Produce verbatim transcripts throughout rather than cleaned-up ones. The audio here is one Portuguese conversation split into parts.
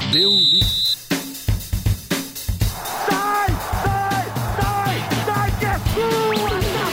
Deu li... Sai, sai, sai, sai, que é sua!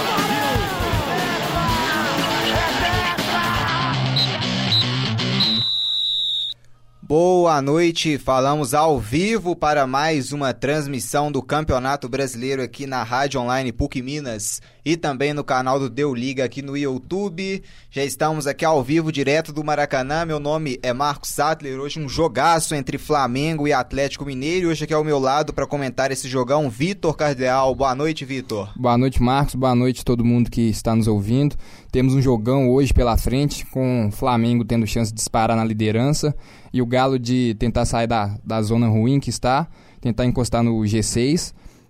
Boa noite, falamos ao vivo para mais uma transmissão do Campeonato Brasileiro aqui na Rádio Online P U C Minas e também no canal do Deu Liga aqui no YouTube. Já estamos aqui ao vivo direto do Maracanã. Meu nome é Marcos Sattler. Hoje um jogaço entre Flamengo e Atlético Mineiro. Hoje aqui ao meu lado para comentar esse jogão, Vitor Cardeal. Boa noite, Vitor. Boa noite, Marcos. Boa noite a todo mundo que está nos ouvindo. Temos um jogão hoje pela frente, com o Flamengo tendo chance de disparar na liderança e o Galo de tentar sair da, da zona ruim que está, tentar encostar no G seis.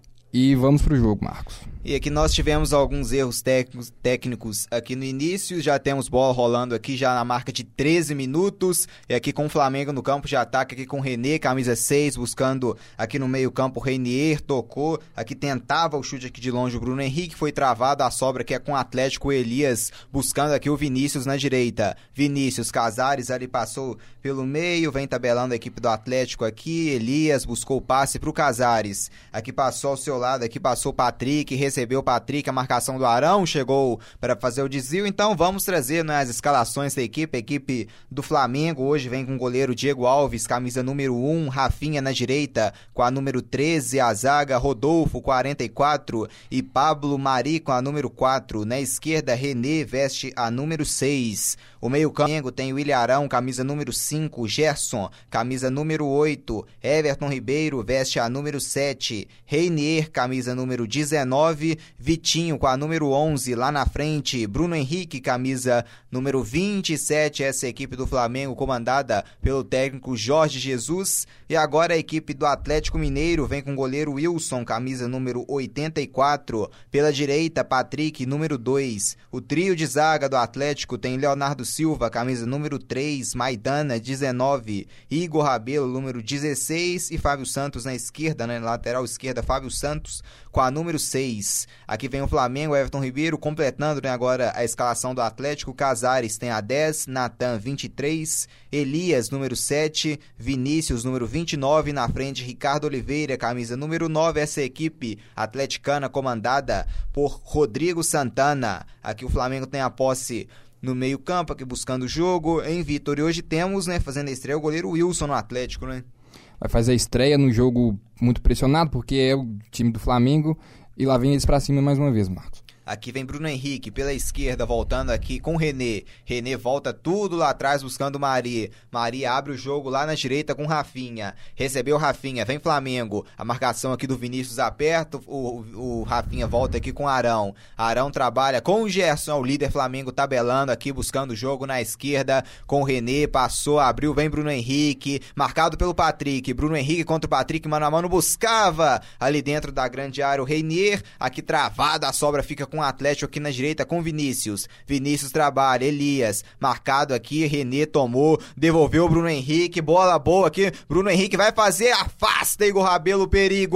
E vamos pro jogo, Marcos. E aqui nós tivemos alguns erros técnicos, técnicos aqui no início, já temos bola rolando aqui já na marca de treze minutos, e aqui com o Flamengo no campo de ataque, aqui com o René, camisa seis, buscando aqui no meio campo o Reinier, tocou, aqui tentava o chute aqui de longe o Bruno Henrique, foi travado, a sobra que é com o Atlético, o Elias, buscando aqui o Vinícius na direita, Vinícius, Casares ali passou pelo meio, vem tabelando a equipe do Atlético aqui, Elias buscou o passe pro Casares, aqui passou ao seu lado, aqui passou o Patrick, recebeu Recebeu o Patrick, a marcação do Arão, chegou para fazer o desvio, então vamos trazer, né, as escalações da equipe, a equipe do Flamengo hoje vem com o goleiro Diego Alves, camisa número um, Rafinha na direita, com a número treze, a zaga Rodolfo, quarenta e quatro, e Pablo Mari com a número quatro, na esquerda René veste a número seis, o meio campo tem o William Arão, camisa número cinco, Gerson, camisa número oito, Everton Ribeiro veste a número sete, Reinier, camisa número dezenove, Vitinho com a número onze lá na frente, Bruno Henrique, camisa número vinte e sete, essa equipe do Flamengo comandada pelo técnico Jorge Jesus, e agora a equipe do Atlético Mineiro vem com o goleiro Wilson, camisa número oitenta e quatro, pela direita Patrick, número dois, o trio de zaga do Atlético tem Leonardo Silva, camisa número três, Maidana, dezenove, Igor Rabelo, número dezesseis, e Fábio Santos na esquerda, né, na lateral esquerda, Fábio Santos com a número seis. Aqui vem o Flamengo, Everton Ribeiro completando, né, agora a escalação do Atlético. Casares tem a dez, Natan vinte e três, Elias número sete, Vinícius número vinte e nove, na frente Ricardo Oliveira, camisa número nove, essa equipe atleticana comandada por Rodrigo Santana. Aqui o Flamengo tem a posse no meio campo, aqui buscando o jogo em Vitor, e hoje temos, né, fazendo a estreia o goleiro Wilson no Atlético, né? Vai fazer a estreia num jogo muito pressionado, porque é o time do Flamengo, e lá vem eles pra cima mais uma vez, Marcos. Aqui vem Bruno Henrique pela esquerda, voltando aqui com o René. René volta tudo lá atrás buscando o Mari. Mari abre o jogo lá na direita com o Rafinha. Recebeu o Rafinha, vem Flamengo. A marcação aqui do Vinícius aperta. O, o, o Rafinha volta aqui com o Arão. Arão trabalha com o Gerson, o líder Flamengo tabelando aqui, buscando o jogo na esquerda com o René. Passou, abriu, vem Bruno Henrique. Marcado pelo Patrick. Bruno Henrique contra o Patrick, mano a mano, buscava ali dentro da grande área o Reinier. Aqui travada, a sobra fica com com o Atlético aqui na direita com Vinícius. Vinícius trabalha, Elias, marcado aqui, René tomou, devolveu o Bruno Henrique, bola boa aqui, Bruno Henrique vai fazer, afasta Igor Rabelo,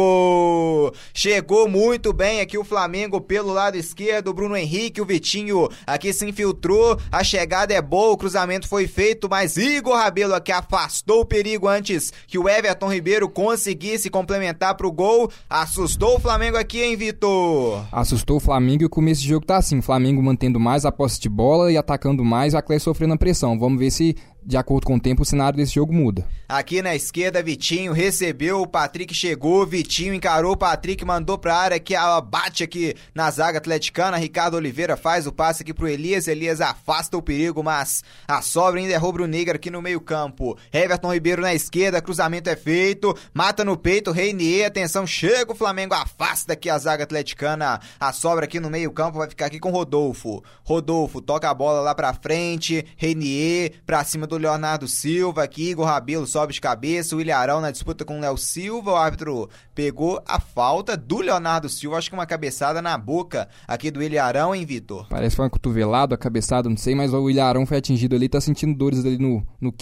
perigo! Chegou muito bem aqui o Flamengo pelo lado esquerdo, Bruno Henrique, o Vitinho aqui se infiltrou, a chegada é boa, o cruzamento foi feito, mas Igor Rabelo aqui afastou o perigo antes que o Everton Ribeiro conseguisse complementar pro gol, assustou o Flamengo aqui, hein, Vitor? Assustou o Flamengo e o começo de jogo tá assim, o Flamengo mantendo mais a posse de bola e atacando mais, o Atlético sofrendo a pressão. Vamos ver se, de acordo com o tempo, o cenário desse jogo muda. Aqui na esquerda, Vitinho recebeu, o Patrick chegou, Vitinho encarou o Patrick, mandou pra área, que ela bate aqui na zaga atleticana, Ricardo Oliveira faz o passe aqui pro Elias, Elias afasta o perigo, mas a sobra ainda é rubro-negra aqui no meio campo. Everton Ribeiro na esquerda, cruzamento é feito, mata no peito, Reinier, atenção, chega o Flamengo, afasta aqui a zaga atleticana, a sobra aqui no meio campo vai ficar aqui com Rodolfo. Rodolfo toca a bola lá pra frente, Reinier pra cima do Leonardo Silva, aqui Igor Rabelo sobe de cabeça, o William Arão na disputa com o Léo Silva, o árbitro pegou a falta do Leonardo Silva, acho que uma cabeçada na boca aqui do William Arão, hein, Vitor? Parece que foi uma cotovelada, a cabeçada, não sei, mas o William Arão foi atingido ali, tá sentindo dores ali no, no queixo.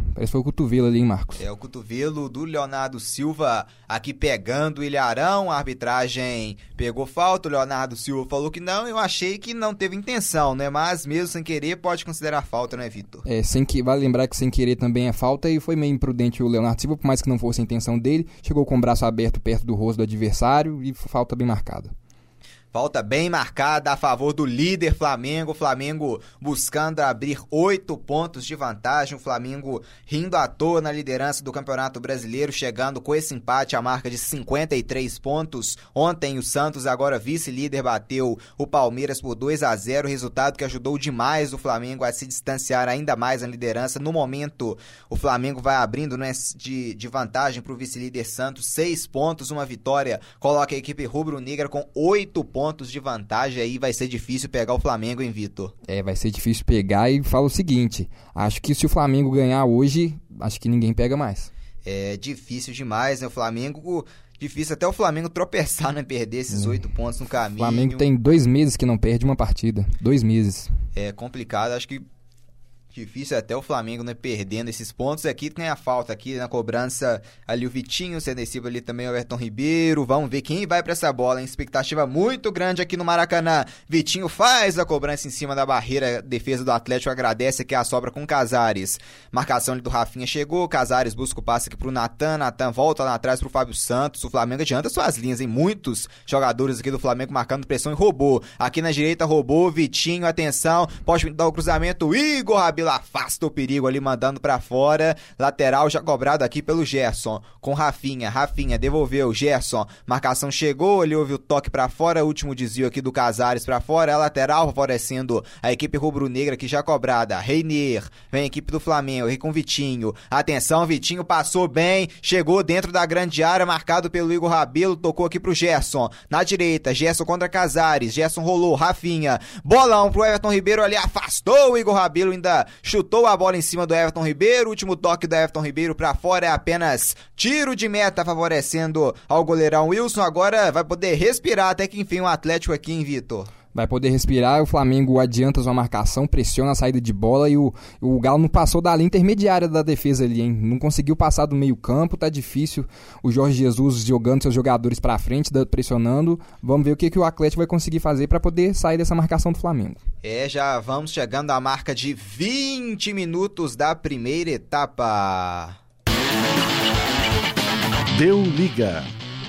Parece que foi o cotovelo ali, hein, Marcos? É o cotovelo do Leonardo Silva aqui pegando o Ilharão. A arbitragem pegou falta, o Leonardo Silva falou que não. Eu achei que não teve intenção, né? Mas mesmo sem querer pode considerar falta, né, Vitor? É, sem que, vale lembrar que sem querer também é falta e foi meio imprudente o Leonardo Silva, por mais que não fosse a intenção dele. Chegou com o braço aberto perto do rosto do adversário e falta bem marcada. Falta bem marcada a favor do líder Flamengo. O Flamengo buscando abrir oito pontos de vantagem. O Flamengo rindo à toa na liderança do Campeonato Brasileiro, chegando com esse empate à marca de cinquenta e três pontos. Ontem o Santos, agora vice-líder, bateu o Palmeiras por dois a zero, resultado que ajudou demais o Flamengo a se distanciar ainda mais na liderança. No momento, o Flamengo vai abrindo, né, de, de vantagem para o vice-líder Santos, seis pontos, uma vitória, coloca a equipe rubro-negra com oito pontos. pontos de vantagem, aí vai ser difícil pegar o Flamengo, hein, Vitor? É, vai ser difícil pegar e falo o seguinte, acho que se o Flamengo ganhar hoje, acho que ninguém pega mais. É difícil demais, né, o Flamengo... Difícil até o Flamengo tropeçar, né, perder esses oito é. pontos no caminho. O Flamengo tem dois meses que não perde uma partida, dois meses. É complicado, acho que difícil até o Flamengo, né, perdendo esses pontos. Aqui tem a falta aqui na cobrança, ali o Vitinho, sendo adesivo ali também o Everton Ribeiro. Vamos ver quem vai pra essa bola, hein? Expectativa muito grande aqui no Maracanã. Vitinho faz a cobrança em cima da barreira, defesa do Atlético agradece aqui a sobra com o Casares. Marcação ali do Rafinha chegou, Casares busca o passe aqui pro Natan, Natan volta lá atrás pro Fábio Santos. O Flamengo adianta suas linhas, hein? Muitos jogadores aqui do Flamengo marcando pressão e roubou. Aqui na direita roubou, Vitinho, atenção, pode dar o cruzamento, Igor Rabelo afasta o perigo ali, mandando pra fora. Lateral já cobrado aqui pelo Gerson, com Rafinha, Rafinha devolveu, Gerson, marcação chegou, ele houve o toque pra fora, último desvio aqui do Casares pra fora, a lateral favorecendo a equipe rubro-negra que já cobrada. Reinier, vem a equipe do Flamengo, aí com Vitinho, atenção, Vitinho passou bem, chegou dentro da grande área, marcado pelo Igor Rabelo, tocou aqui pro Gerson, na direita, Gerson contra Casares, Gerson rolou, Rafinha, bolão pro Everton Ribeiro ali, afastou o Igor Rabelo, ainda chutou a bola em cima do Everton Ribeiro, último toque do Everton Ribeiro pra fora, é apenas tiro de meta favorecendo ao goleirão Wilson. Agora vai poder respirar até que enfim o Atlético aqui, hein, Vitor? Vai poder respirar, o Flamengo adianta sua marcação, pressiona a saída de bola e o, o Galo não passou da linha intermediária da defesa ali, hein? Não conseguiu passar do meio campo, tá difícil. O Jorge Jesus jogando seus jogadores pra frente, pressionando. Vamos ver o que, que o Atlético vai conseguir fazer para poder sair dessa marcação do Flamengo. É, já vamos chegando à marca de vinte minutos da primeira etapa. Deu liga.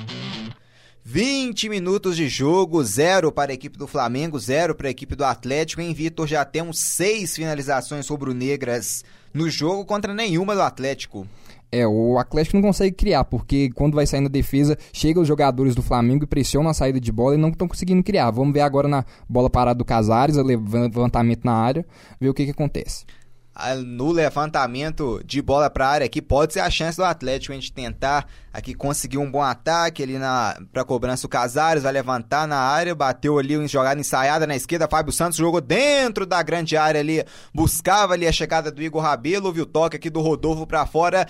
vinte minutos de jogo, zero para a equipe do Flamengo, zero para a equipe do Atlético. Em Vitor, já temos seis finalizações rubro-negras no jogo contra nenhuma do Atlético. É, o Atlético não consegue criar, porque quando vai sair na defesa, chegam os jogadores do Flamengo e pressionam a saída de bola e não estão conseguindo criar. Vamos ver agora na bola parada do Casares, o levantamento na área, ver o que, que acontece. No levantamento de bola para a área aqui, pode ser a chance do Atlético a gente tentar aqui conseguir um bom ataque ali na para cobrança. O Casares vai levantar na área, bateu ali uma jogada ensaiada na esquerda, Fábio Santos jogou dentro da grande área ali, buscava ali a chegada do Igor Rabelo, ouviu o toque aqui do Rodolfo para fora,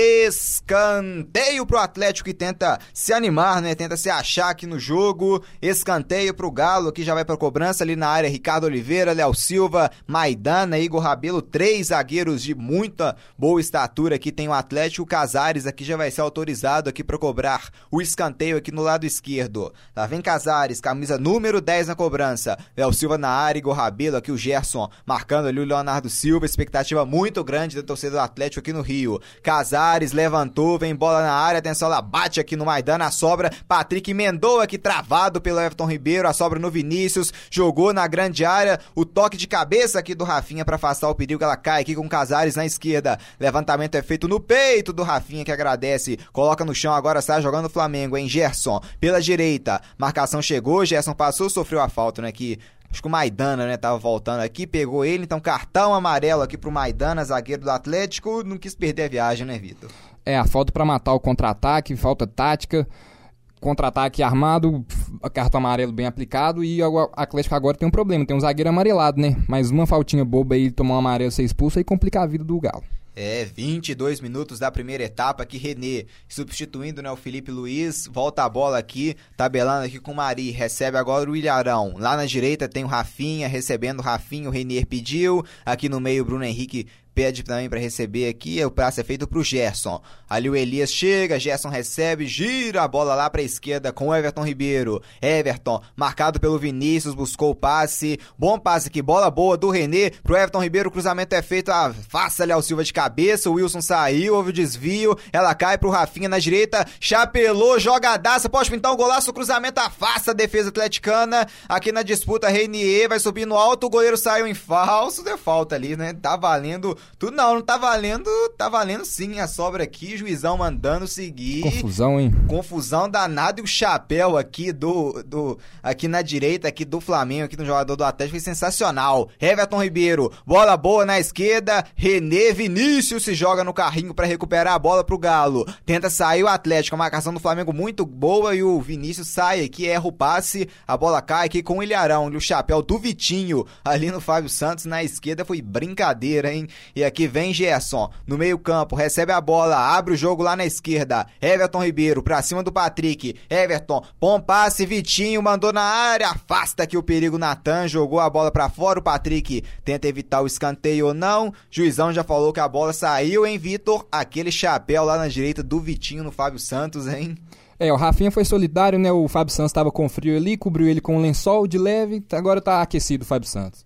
escanteio pro Atlético que tenta se animar, né, tenta se achar aqui no jogo, escanteio pro Galo que já vai para cobrança ali na área, Ricardo Oliveira, Léo Silva, Maidana, Igor Rabelo, três zagueiros de muita boa estatura aqui, tem o Atlético, o Casares aqui já vai ser autorizado aqui para cobrar o escanteio aqui no lado esquerdo. Lá vem Casares, camisa número dez na cobrança. Léo Silva na área, Igor Rabelo, aqui o Gerson, marcando ali o Leonardo Silva, expectativa muito grande da torcida do Atlético aqui no Rio. Casares levantou, vem bola na área, atenção, ela bate aqui no Maidana, a sobra, Patrick emendou aqui, travado pelo Everton Ribeiro, a sobra no Vinícius, jogou na grande área, o toque de cabeça aqui do Rafinha para afastar o perigo, ela cai aqui com Casares na esquerda, levantamento é feito no peito do Rafinha que agradece, coloca no chão, agora está jogando o Flamengo, hein? Gerson, pela direita, marcação chegou, Gerson passou, sofreu a falta, né? Que acho que o Maidana, né, tava voltando aqui, pegou ele, então cartão amarelo aqui pro Maidana, zagueiro do Atlético, não quis perder a viagem, né, Vitor? É, a falta para matar o contra-ataque, falta tática, contra-ataque armado, cartão amarelo bem aplicado e o Atlético agora tem um problema, tem um zagueiro amarelado, né? Mas uma faltinha boba aí, tomar um amarelo, ser expulso, aí complica a vida do Galo. É, vinte e dois minutos da primeira etapa aqui, René substituindo, né, o Felipe Luiz, volta a bola aqui, tabelando aqui com o Mari, recebe agora o Ilharão, lá na direita tem o Rafinha, recebendo o Rafinha, o René pediu, aqui no meio o Bruno Henrique pede também para receber aqui, o passe é feito pro Gerson. Ali o Elias chega, Gerson recebe, gira a bola lá para a esquerda com o Everton Ribeiro. Everton, marcado pelo Vinícius, buscou o passe, bom passe aqui, bola boa do René pro Everton Ribeiro, o cruzamento é feito, afasta ali ao Silva de cabeça, o Wilson saiu, houve o desvio, ela cai pro Rafinha na direita, chapelou, jogadaça, pode pintar um golaço, o cruzamento afasta a defesa atleticana, aqui na disputa, Reinier vai subir no alto, o goleiro saiu em falso, deu falta ali, né? Tá valendo tudo, não, não tá valendo, tá valendo sim a sobra aqui, juizão mandando seguir. Confusão, hein? Confusão danada, e o chapéu aqui do, do, aqui na direita, aqui do Flamengo, aqui no jogador do Atlético, foi sensacional. Everton Ribeiro, bola boa na esquerda, René, Vinícius se joga no carrinho pra recuperar a bola pro Galo, tenta sair o Atlético, a marcação do Flamengo muito boa, e o Vinícius sai aqui, erra o passe, a bola cai aqui com o Ilharão, e o chapéu do Vitinho, ali no Fábio Santos, na esquerda, foi brincadeira, hein? E aqui vem Gerson, no meio campo, recebe a bola, abre o jogo lá na esquerda, Everton Ribeiro, pra cima do Patrick, Everton, bom passe, Vitinho, mandou na área, afasta aqui o perigo, Natan, jogou a bola pra fora, o Patrick tenta evitar o escanteio ou não, juizão já falou que a bola saiu, hein, Vitor? Aquele chapéu lá na direita do Vitinho no Fábio Santos, hein? É, o Rafinha foi solidário, né? O Fábio Santos estava com frio ali, cobriu ele com um lençol de leve, agora tá aquecido o Fábio Santos.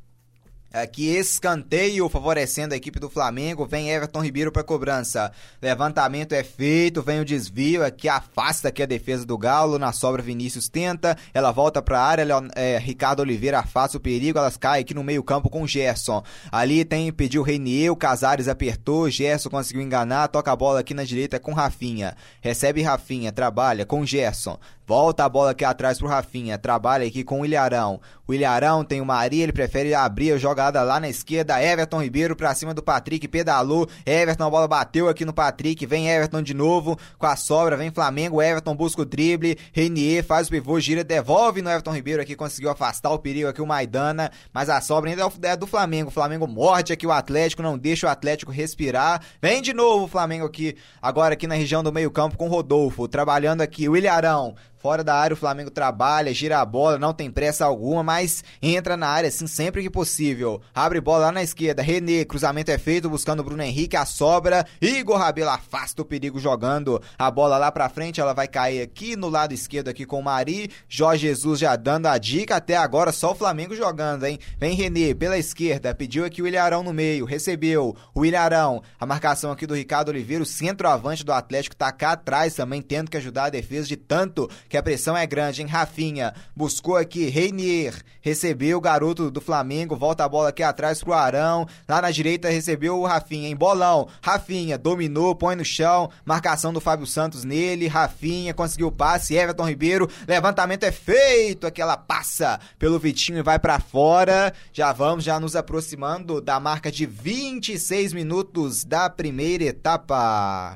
Aqui escanteio favorecendo a equipe do Flamengo, vem Everton Ribeiro para cobrança, levantamento é feito, vem o desvio, aqui afasta aqui a defesa do Galo, na sobra Vinícius tenta, ela volta para a área, é, Ricardo Oliveira afasta o perigo, elas caem aqui no meio campo com o Gerson, ali tem, pediu o Reinier, o Casares apertou, Gerson conseguiu enganar, toca a bola aqui na direita com Rafinha, recebe Rafinha, trabalha com Gerson, volta a bola aqui atrás pro Rafinha, trabalha aqui com o Ilharão, o Ilharão tem o Maria, ele prefere abrir a jogada lá na esquerda, Everton Ribeiro pra cima do Patrick, pedalou, Everton, a bola bateu aqui no Patrick, vem Everton de novo, com a sobra, vem Flamengo, Everton busca o drible, Reinier faz o pivô, gira, devolve no Everton Ribeiro aqui, conseguiu afastar o perigo aqui o Maidana, mas a sobra ainda é do Flamengo, o Flamengo morde aqui o Atlético, não deixa o Atlético respirar, vem de novo o Flamengo aqui, agora aqui na região do meio campo com o Rodolfo, trabalhando aqui, o Ilharão, fora da área o Flamengo trabalha, gira a bola, não tem pressa alguma, mas entra na área assim sempre que possível. Abre bola lá na esquerda, René, cruzamento é feito, buscando o Bruno Henrique, a sobra, Igor Rabelo afasta o perigo jogando a bola lá pra frente, ela vai cair aqui no lado esquerdo aqui com o Mari, Jorge Jesus já dando a dica, até agora só o Flamengo jogando, hein? Vem René pela esquerda, pediu aqui o Ilharão no meio, recebeu o Ilharão, a marcação aqui do Ricardo Oliveira, o centroavante do Atlético tá cá atrás também, tendo que ajudar a defesa de tanto que a pressão é grande, hein? Rafinha buscou aqui, Reinier, recebeu o garoto do Flamengo, volta a bola aqui atrás pro Arão, lá na direita recebeu o Rafinha, em bolão, Rafinha dominou, põe no chão, marcação do Fábio Santos nele, Rafinha conseguiu o passe, Everton Ribeiro, levantamento é feito, aqui ela passa pelo Vitinho e vai pra fora, já vamos, já nos aproximando da marca de vinte e seis minutos da primeira etapa.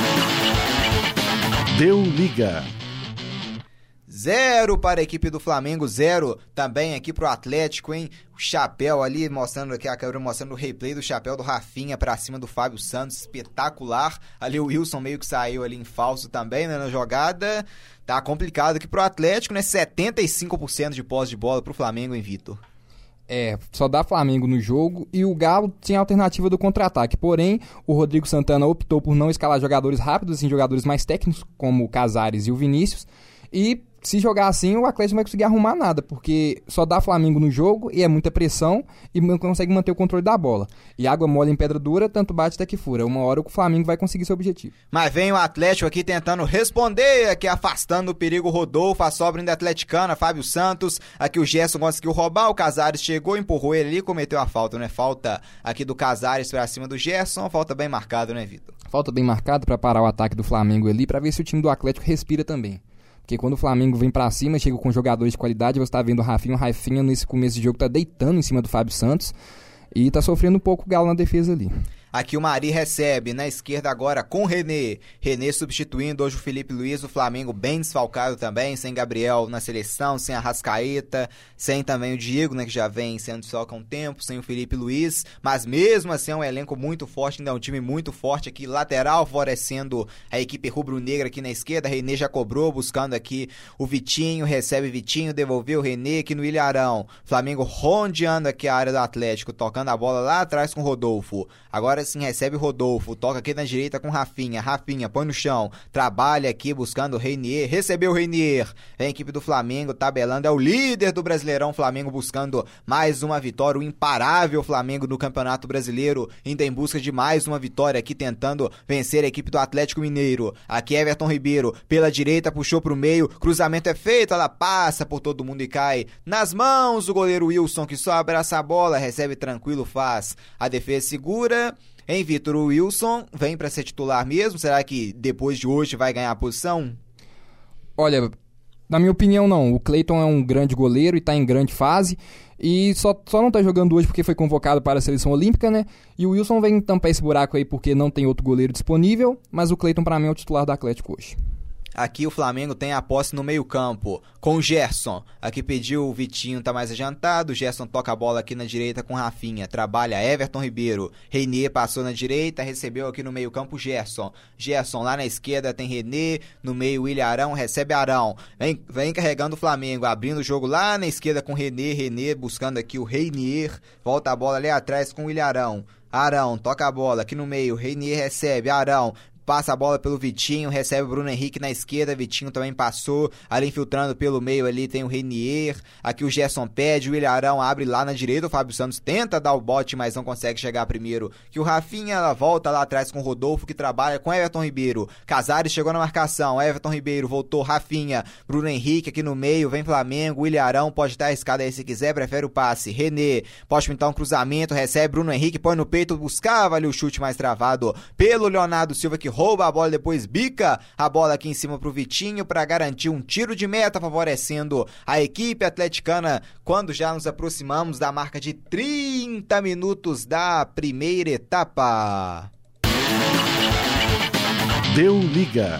Deu liga. Zero para a equipe do Flamengo, zero também aqui pro Atlético, hein? O chapéu ali, mostrando aqui a câmera, mostrando o replay do chapéu do Rafinha pra cima do Fábio Santos, espetacular. Ali o Wilson meio que saiu ali em falso também, né, na jogada. Tá complicado aqui pro Atlético, né? setenta e cinco por cento de posse de bola pro Flamengo, hein, Vitor? É, só dá Flamengo no jogo e o Galo tinha a alternativa do contra-ataque, porém o Rodrigo Santana optou por não escalar jogadores rápidos, assim, jogadores mais técnicos como o Casares e o Vinícius, e se jogar assim, o Atlético não vai conseguir arrumar nada, porque só dá Flamengo no jogo e é muita pressão e não consegue manter o controle da bola. E água mole em pedra dura, tanto bate até que fura. Uma hora o Flamengo vai conseguir seu objetivo. Mas vem o Atlético aqui tentando responder, aqui afastando o perigo Rodolfo, a sobra ainda atleticana, Fábio Santos, aqui o Gerson conseguiu roubar, o Casares chegou, empurrou ele ali e cometeu a falta, né? Falta aqui do Casares pra cima do Gerson, falta bem marcada, né, Vitor? Falta bem marcada pra parar o ataque do Flamengo ali, pra ver se o time do Atlético respira também. Porque quando o Flamengo vem pra cima, chega com jogadores de qualidade, você tá vendo o Rafinha, o Rafinha nesse começo de jogo tá deitando em cima do Fábio Santos e tá sofrendo um pouco o Galo na defesa ali. Aqui o Mari recebe, na esquerda agora com o René. René substituindo hoje o Felipe Luiz, o Flamengo bem desfalcado também, sem Gabriel na seleção, sem Arrascaeta, sem também o Diego, né, que já vem sendo desfalcado há um tempo, sem o Felipe Luiz, mas mesmo assim é um elenco muito forte, ainda é um time muito forte aqui, lateral favorecendo a equipe rubro-negra aqui na esquerda. René já cobrou, buscando aqui o Vitinho, recebe Vitinho, devolveu o René aqui no Ilharão. Flamengo rondeando aqui a área do Atlético, tocando a bola lá atrás com o Rodolfo. Agora sim recebe o Rodolfo, toca aqui na direita com Rafinha. Rafinha põe no chão, trabalha aqui buscando o Reinier, recebeu o Reinier. Vem a equipe do Flamengo tabelando, é o líder do Brasileirão. Flamengo buscando mais uma vitória, o imparável Flamengo no Campeonato Brasileiro, ainda em busca de mais uma vitória aqui, tentando vencer a equipe do Atlético Mineiro. Aqui Everton Ribeiro pela direita, puxou pro meio, cruzamento é feito, ela passa por todo mundo e cai nas mãos do goleiro Wilson, que só abraça a bola, recebe tranquilo, faz a defesa segura. Hein, Vitor, o Wilson vem para ser titular mesmo? Será que depois de hoje vai ganhar a posição? Olha, na minha opinião não, o Cleiton é um grande goleiro e tá em grande fase, e só, só não tá jogando hoje porque foi convocado para a seleção olímpica, né? E o Wilson vem tampar esse buraco aí porque não tem outro goleiro disponível, mas o Cleiton pra mim é o titular do Atlético hoje. Aqui o Flamengo tem a posse no meio campo, com o Gerson. Aqui pediu o Vitinho, tá mais adiantado. O Gerson toca a bola aqui na direita com Rafinha. Trabalha Everton Ribeiro. Reinier passou na direita, recebeu aqui no meio campo o Gerson. Gerson lá na esquerda tem René. No meio o Ilharão, recebe Arão. Vem, vem carregando o Flamengo, abrindo o jogo lá na esquerda com René. René buscando aqui o Reinier. Volta a bola ali atrás com o Ilharão. Arão toca a bola aqui no meio. Reinier recebe. Arão passa a bola pelo Vitinho, recebe o Bruno Henrique na esquerda, Vitinho também passou, ali infiltrando pelo meio ali tem o Reinier, aqui o Gerson pede, o Ilharão abre lá na direita, o Fábio Santos tenta dar o bote, mas não consegue chegar primeiro, que o Rafinha ela volta lá atrás com o Rodolfo, que trabalha com Everton Ribeiro, Casares chegou na marcação, Everton Ribeiro voltou, Rafinha, Bruno Henrique aqui no meio, vem Flamengo, o Ilharão pode estar arriscado aí se quiser, prefere o passe, René, pode pintar um cruzamento, recebe Bruno Henrique, põe no peito, buscava ali o chute mais travado pelo Leonardo Silva, que rouba a bola, depois bica a bola aqui em cima pro Vitinho para garantir um tiro de meta, favorecendo a equipe atleticana quando já nos aproximamos da marca de trinta minutos da primeira etapa. Deu liga.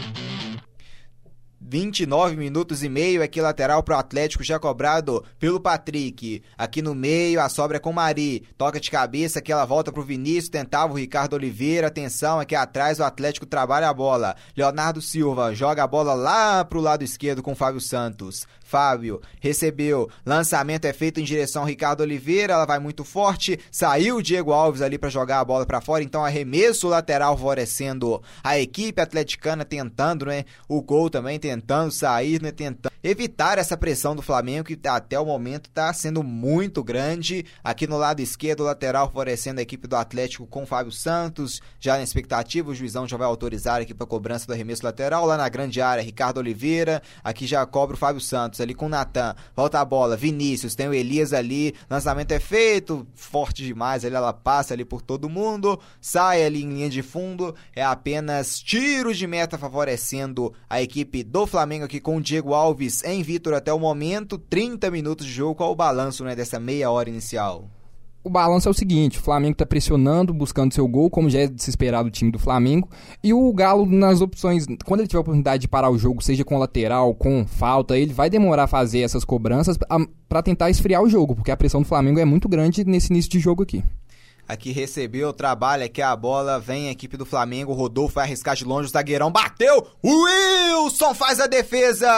vinte e nove minutos e meio, aqui lateral pro Atlético, já cobrado pelo Patrick. Aqui no meio, a sobra é com o Mari. Toca de cabeça, aqui ela volta pro Vinícius, tentava o Ricardo Oliveira. Atenção, aqui atrás o Atlético trabalha a bola. Leonardo Silva joga a bola lá pro lado esquerdo com o Fábio Santos. Fábio recebeu, lançamento é feito em direção ao Ricardo Oliveira, ela vai muito forte, saiu o Diego Alves ali para jogar a bola para fora, então arremesso lateral favorecendo a equipe atleticana, tentando, né, o gol também, tentando sair, né, tentando evitar essa pressão do Flamengo, que até o momento está sendo muito grande. Aqui no lado esquerdo, o lateral favorecendo a equipe do Atlético com o Fábio Santos, já na expectativa, o juizão já vai autorizar aqui para cobrança do arremesso lateral, lá na grande área, Ricardo Oliveira, aqui já cobra o Fábio Santos, ali com o Natan, volta a bola, Vinícius, tem o Elias ali, lançamento é feito, forte demais, ali ela passa ali por todo mundo, sai ali em linha de fundo, é apenas tiro de meta favorecendo a equipe do Flamengo aqui com o Diego Alves em Vitor até o momento, trinta minutos de jogo. Qual o balanço, né, dessa meia hora inicial? O balanço é o seguinte, o Flamengo está pressionando, buscando seu gol, como já é de se esperar do time do Flamengo, e o Galo nas opções, quando ele tiver a oportunidade de parar o jogo, seja com lateral, com falta, ele vai demorar a fazer essas cobranças para tentar esfriar o jogo, porque a pressão do Flamengo é muito grande nesse início de jogo aqui. Aqui recebeu, trabalha aqui a bola, vem a equipe do Flamengo, o Rodolfo vai arriscar de longe, o zagueirão bateu, o Wilson faz a defesa!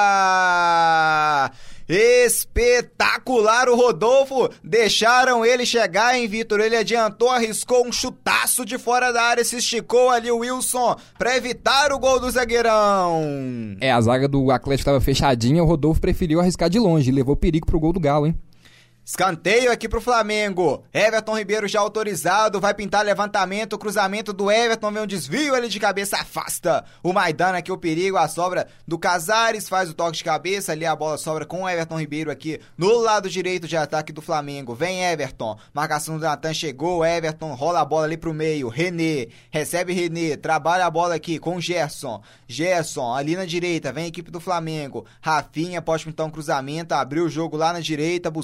Espetacular o Rodolfo, deixaram ele chegar, hein, Vitor? Ele adiantou, arriscou um chutaço de fora da área, se esticou ali o Wilson pra evitar o gol do zagueirão. É, a zaga do Atlético estava fechadinha, o Rodolfo preferiu arriscar de longe, levou perigo pro gol do Galo, hein? Escanteio aqui pro Flamengo, Everton Ribeiro já autorizado, vai pintar levantamento, o cruzamento do Everton, vem um desvio ali de cabeça, afasta o Maidana aqui, o perigo, a sobra do Casares, faz o toque de cabeça, ali a bola sobra com o Everton Ribeiro aqui no lado direito de ataque do Flamengo, vem Everton, marcação do Natan, chegou, Everton, rola a bola ali pro meio, René, recebe René, trabalha a bola aqui com o Gerson, Gerson ali na direita, vem a equipe do Flamengo, Rafinha pode pintar um cruzamento, abriu o jogo lá na direita, buscando cruzamento,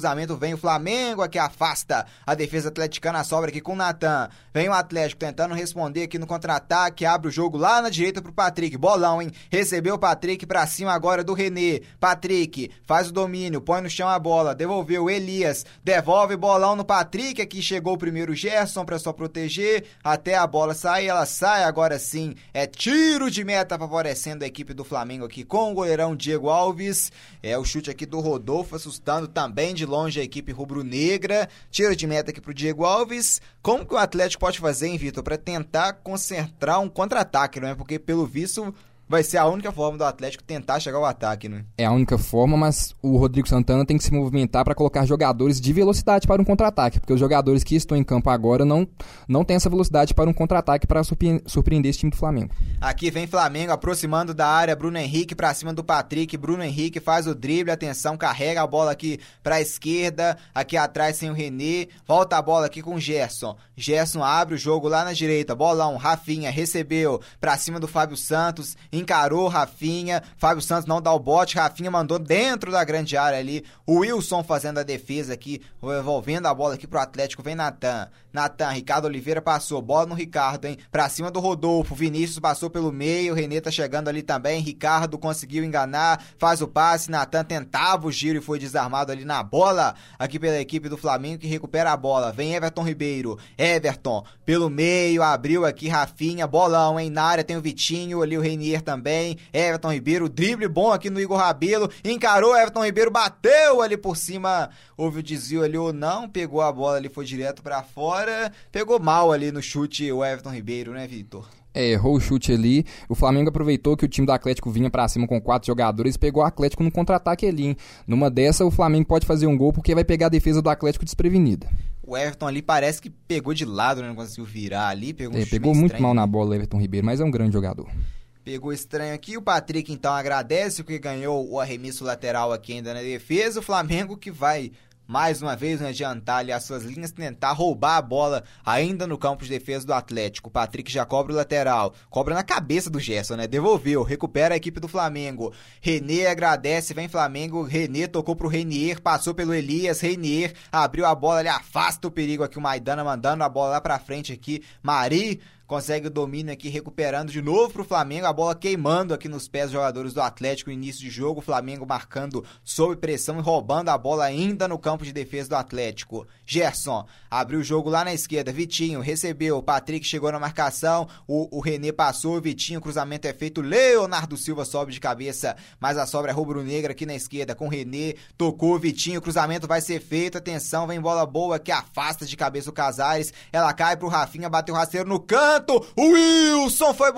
cruzamento, vem o Flamengo, aqui afasta a defesa atleticana, sobra aqui com o Natan. Vem o Atlético tentando responder aqui no contra-ataque, abre o jogo lá na direita pro Patrick, bolão, hein? Recebeu o Patrick pra cima agora do René. Patrick faz o domínio, põe no chão a bola, devolveu Elias, devolve bolão no Patrick, aqui chegou o primeiro Gerson pra só proteger, até a bola sair, ela sai agora sim, é tiro de meta favorecendo a equipe do Flamengo aqui com o goleirão Diego Alves, é o chute aqui do Rodolfo, assustando também de longe a equipe rubro-negra, tiro de meta aqui pro Diego Alves. Como que o Atlético pode fazer, hein, Vitor, pra tentar concentrar um contra-ataque, não é? Porque pelo visto vai ser a única forma do Atlético tentar chegar ao ataque, né? É a única forma, mas o Rodrigo Santana tem que se movimentar para colocar jogadores de velocidade para um contra-ataque, porque os jogadores que estão em campo agora não, não têm essa velocidade para um contra-ataque para surpre- surpreender esse time do Flamengo. Aqui vem Flamengo aproximando da área, Bruno Henrique para cima do Patrick, Bruno Henrique faz o drible, atenção, carrega a bola aqui para a esquerda, aqui atrás tem o René, volta a bola aqui com o Gerson, Gerson abre o jogo lá na direita, bolão, Rafinha recebeu para cima do Fábio Santos, encarou Rafinha, Fábio Santos não dá o bote, Rafinha mandou dentro da grande área ali, o Wilson fazendo a defesa aqui, envolvendo a bola aqui pro Atlético, vem Natan, Natan, Ricardo Oliveira passou, bola no Ricardo, hein, pra cima do Rodolfo, Vinícius passou pelo meio, o René tá chegando ali também, Ricardo conseguiu enganar, faz o passe, Natan tentava o giro e foi desarmado ali na bola, aqui pela equipe do Flamengo que recupera a bola, vem Everton Ribeiro, Everton, pelo meio, abriu aqui Rafinha, bolão, hein, na área tem o Vitinho, ali o Reinier também, Everton Ribeiro, drible bom aqui no Igor Rabelo, encarou, Everton Ribeiro bateu ali por cima, houve o desvio ali ou não, pegou a bola ali, foi direto pra fora, pegou mal ali no chute o Everton Ribeiro, né, Vitor? É, errou o chute ali, o Flamengo aproveitou que o time do Atlético vinha pra cima com quatro jogadores e pegou o Atlético no contra-ataque ali, hein? Numa dessa o Flamengo pode fazer um gol porque vai pegar a defesa do Atlético desprevenida. O Everton ali parece que pegou de lado, né? Não conseguiu virar ali, pegou um é, chute pegou muito estranho. mal na bola o Everton Ribeiro, mas é um grande jogador. Pegou estranho aqui, o Patrick então agradece porque ganhou o arremesso lateral aqui ainda na defesa, o Flamengo que vai mais uma vez, né, adiantar ali as suas linhas, tentar roubar a bola ainda no campo de defesa do Atlético. O Patrick já cobra o lateral, cobra na cabeça do Gerson, né, devolveu, recupera a equipe do Flamengo. René agradece, vem Flamengo, René tocou pro Reinier, passou pelo Elias, Reinier abriu a bola, ele afasta o perigo aqui, o Maidana mandando a bola lá pra frente aqui, Mari consegue o domínio aqui, recuperando de novo pro Flamengo, a bola queimando aqui nos pés dos jogadores do Atlético no início de jogo, o Flamengo marcando sob pressão e roubando a bola ainda no campo de defesa do Atlético. Gerson abriu o jogo lá na esquerda, Vitinho recebeu, o Patrick chegou na marcação, o, o René passou, o Vitinho, o cruzamento é feito, Leonardo Silva sobe de cabeça, mas a sobra é rubro-negra aqui na esquerda com o René, tocou o Vitinho, o cruzamento vai ser feito, atenção, vem bola boa que afasta de cabeça o Casares, ela cai pro Rafinha, bateu rasteiro no canto, o Wilson foi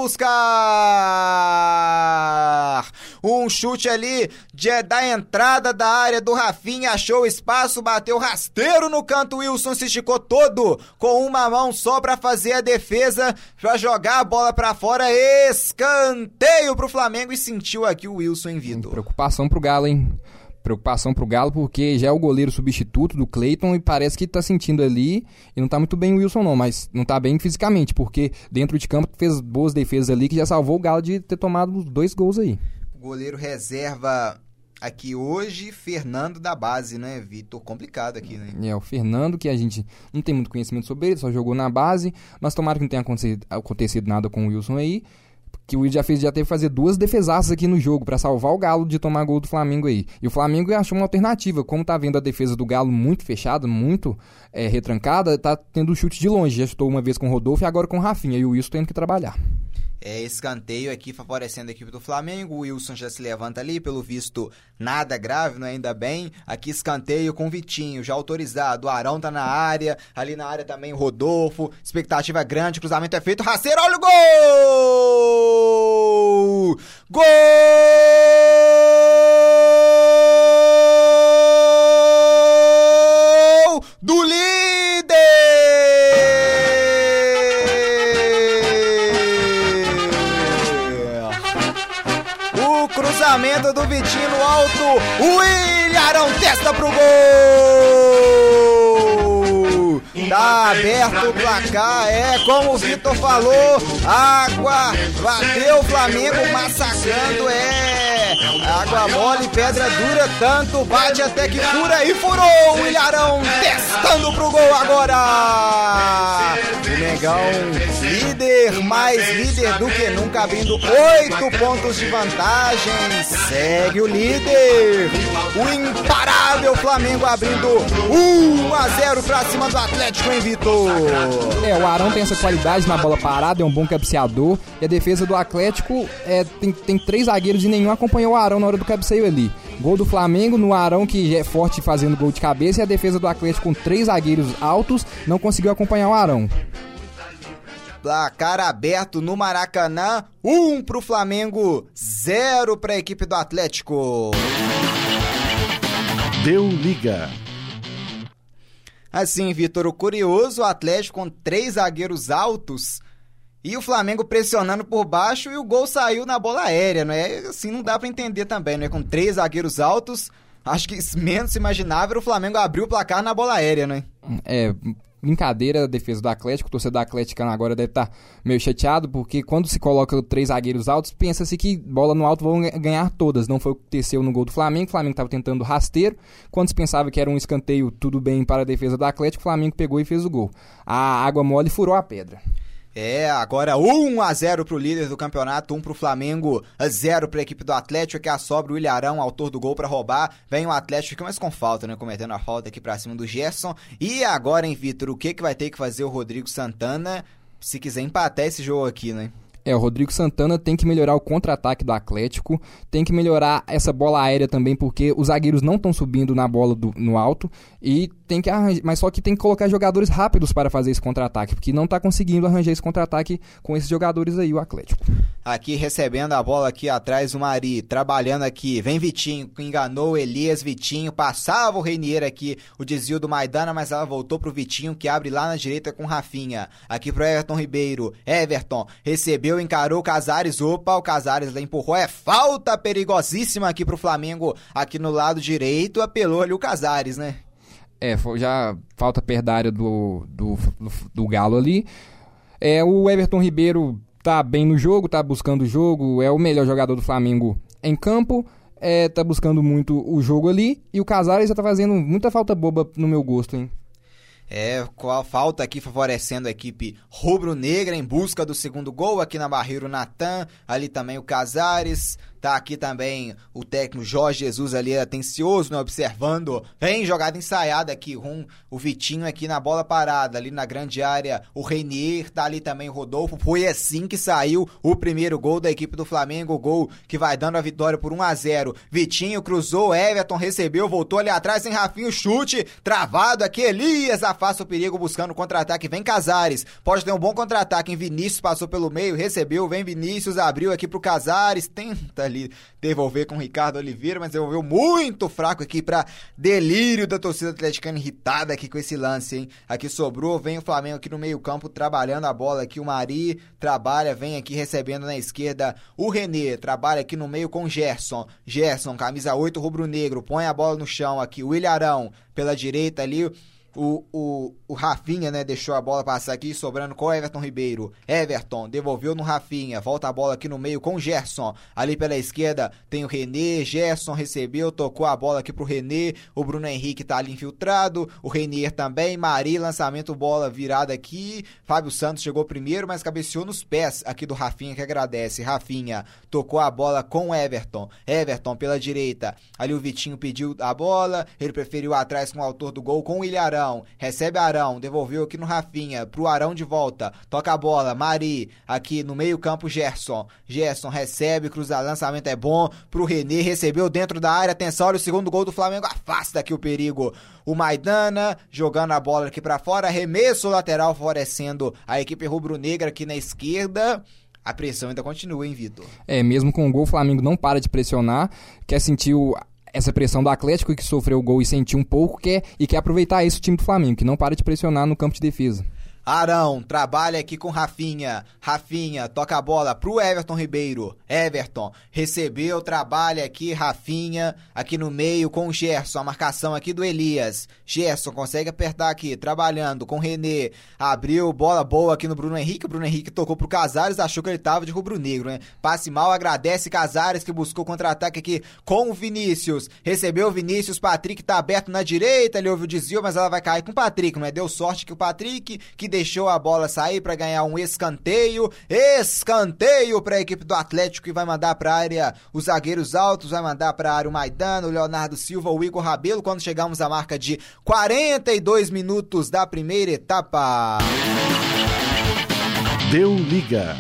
buscar um chute ali de, da entrada da área do Rafinha, achou espaço, bateu rasteiro no canto, o Wilson se esticou todo com uma mão só pra fazer a defesa, pra jogar a bola pra fora, escanteio pro Flamengo e sentiu aqui o Wilson em vida. Preocupação pro Galo, hein? Preocupação pro Galo, porque já é o goleiro substituto do Cleiton e parece que tá sentindo ali, e não tá muito bem o Wilson não, mas não tá bem fisicamente, porque dentro de campo fez boas defesas ali que já salvou o Galo de ter tomado os dois gols aí. O goleiro reserva aqui hoje, Fernando da base, né, Vitor? Complicado aqui, né? É, o Fernando, que a gente não tem muito conhecimento sobre ele, só jogou na base, mas tomara que não tenha acontecido, acontecido nada com o Wilson aí, que o Will já fez, já teve que fazer duas defesaças aqui no jogo pra salvar o Galo de tomar gol do Flamengo aí. E o Flamengo achou uma alternativa, como tá vendo a defesa do Galo muito fechada, muito é, retrancada, tá tendo chute de longe, já chutou uma vez com o Rodolfo e agora com o Rafinha, e o Wilson tendo que trabalhar. É, escanteio aqui favorecendo a equipe do Flamengo, o Wilson já se levanta ali, pelo visto nada grave, não é? Ainda bem, aqui escanteio com o Vitinho, já autorizado, o Arão tá na área, ali na área também o Rodolfo, expectativa grande, cruzamento é feito, rasteiro, olha o gol! Gol do líder! O cruzamento do Vitinho no alto, o William Arão testa pro gol! Tá aberto o placar, é como o Vitor falou, água, bateu o Flamengo massacrando, é... É, água mole, pedra dura, tanto bate até que fura e furou. O Ilharão testando pro gol agora. O Mengão líder, mais líder do que nunca, abrindo oito pontos de vantagem. Segue o líder. O imparável Flamengo abrindo um a zero pra cima do Atlético, hein, Vitor? É, o Arão tem essa qualidade na bola parada, é um bom cabeceador. E a defesa do Atlético é, tem, tem três zagueiros e nenhum acompanhou o Arão na hora do cabeceio ali. Gol do Flamengo no Arão, que é forte fazendo gol de cabeça, e a defesa do Atlético com três zagueiros altos não conseguiu acompanhar o Arão. Placar aberto no Maracanã, um pro Flamengo, zero pra equipe do Atlético. Deu liga. Assim, Vitor, o curioso, o Atlético com três zagueiros altos e o Flamengo pressionando por baixo e o gol saiu na bola aérea, não é? Assim, não dá pra entender também, não é? Com três zagueiros altos, acho que menos imaginável, o Flamengo abriu o placar na bola aérea, não é? É... Brincadeira a defesa do Atlético, o torcedor atleticano agora deve estar meio chateado, porque quando se coloca três zagueiros altos, pensa-se que bola no alto vão ganhar todas. Não foi o que aconteceu no gol do Flamengo, o Flamengo estava tentando rasteiro, quando se pensava que era um escanteio tudo bem para a defesa do Atlético, o Flamengo pegou e fez o gol. A água mole furou a pedra. É, agora um a zero pro líder do campeonato, um pro Flamengo, zero pra equipe do Atlético, que assobra o Ilharão, autor do gol pra roubar. Vem o Atlético, fica mais com falta, né, cometendo a falta aqui pra cima do Gerson. E agora, hein, Vitor, o que que vai ter que fazer o Rodrigo Santana se quiser empatar esse jogo aqui, né? É, o Rodrigo Santana tem que melhorar o contra-ataque do Atlético, tem que melhorar essa bola aérea também, porque os zagueiros não estão subindo na bola do, no alto, e tem que arranjar, mas só que tem que colocar jogadores rápidos para fazer esse contra-ataque, porque não está conseguindo arranjar esse contra-ataque com esses jogadores aí, o Atlético. Aqui recebendo a bola aqui atrás o Mari, trabalhando aqui, vem Vitinho, enganou o Elias, Vitinho, passava o Reinier aqui, o desvio do Maidana, mas ela voltou pro Vitinho, que abre lá na direita com o Rafinha, aqui pro Everton Ribeiro, Everton, recebeu, encarou o Casares, opa, o Casares lá empurrou, é falta perigosíssima aqui pro Flamengo, aqui no lado direito, apelou ali o Casares, né? É, já falta perdária do, do, do Galo ali. É, o Everton Ribeiro tá bem no jogo, tá buscando o jogo, é o melhor jogador do Flamengo em campo, é, tá buscando muito o jogo ali, e o Casares já tá fazendo muita falta boba no meu gosto, hein? É, qual falta aqui favorecendo a equipe rubro-negra em busca do segundo gol, aqui na barreira o Natan, ali também o Casares, tá aqui também o técnico Jorge Jesus ali atencioso, né, observando, vem jogada ensaiada aqui, um, o Vitinho aqui na bola parada, ali na grande área, o Reinier, tá ali também o Rodolfo, foi assim que saiu o primeiro gol da equipe do Flamengo, o gol que vai dando a vitória por um a zero, Vitinho cruzou, Everton recebeu, voltou ali atrás, sem Rafinha, chute, travado aqui, Elias afasta o perigo buscando contra-ataque, vem Casares, pode ter um bom contra-ataque, em Vinícius passou pelo meio, recebeu, vem Vinícius, abriu aqui pro Casares, tenta ali devolver com o Ricardo Oliveira, mas devolveu muito fraco aqui pra delírio da torcida atleticana irritada aqui com esse lance, hein? Aqui sobrou, vem o Flamengo aqui no meio campo trabalhando a bola aqui, o Mari trabalha, vem aqui recebendo na esquerda o René, trabalha aqui no meio com o Gerson, Gerson, camisa oito rubro-negro, põe a bola no chão aqui, o Ilharão pela direita ali, O, o, o Rafinha, né, deixou a bola passar aqui, sobrando com o Everton Ribeiro. Everton devolveu no Rafinha, volta a bola aqui no meio com o Gerson. Ali pela esquerda tem o René, Gerson recebeu, tocou a bola aqui pro René. O Bruno Henrique tá ali infiltrado, o Reinier também, Mari, lançamento, bola virada aqui. Fábio Santos chegou primeiro, mas cabeceou nos pés aqui do Rafinha, que agradece. Rafinha tocou a bola com o Everton. Everton pela direita, ali o Vitinho pediu a bola, ele preferiu atrás com o autor do gol, com o Ilharão. Recebe Arão, devolveu aqui no Rafinha, pro Arão de volta, toca a bola, Mari, aqui no meio campo Gerson, Gerson recebe, cruza, lançamento é bom, pro René, recebeu dentro da área, atenção, olha o segundo gol do Flamengo, afasta aqui o perigo, o Maidana, jogando a bola aqui pra fora, arremesso lateral favorecendo a equipe rubro-negra aqui na esquerda. A pressão ainda continua, hein, Vitor? É, mesmo com o gol, o Flamengo não para de pressionar, quer sentir o... essa pressão do Atlético, que sofreu o gol e sentiu um pouco, quer, e quer aproveitar isso o time do Flamengo, que não para de pressionar no campo de defesa. Arão, trabalha aqui com Rafinha. Rafinha, toca a bola pro Everton Ribeiro. Everton, recebeu, trabalha aqui, Rafinha, aqui no meio com o Gerson. A marcação aqui do Elias. Gerson consegue apertar aqui, trabalhando com o René. Abriu, bola boa aqui no Bruno Henrique. O Bruno Henrique tocou pro Casares, achou que ele tava de rubro-negro, né? Passe mal, agradece Casares, que buscou contra-ataque aqui com o Vinícius. Recebeu o Vinícius, Patrick tá aberto na direita, ele ouve o desvio, mas ela vai cair com o Patrick, não é? Deu sorte que o Patrick, que deixou a bola sair para ganhar um escanteio. Escanteio para a equipe do Atlético, que vai mandar para a área os zagueiros altos, vai mandar para a área o Maidana, o Leonardo Silva, o Igor Rabelo, quando chegamos à marca de quarenta e dois minutos da primeira etapa. Deu liga.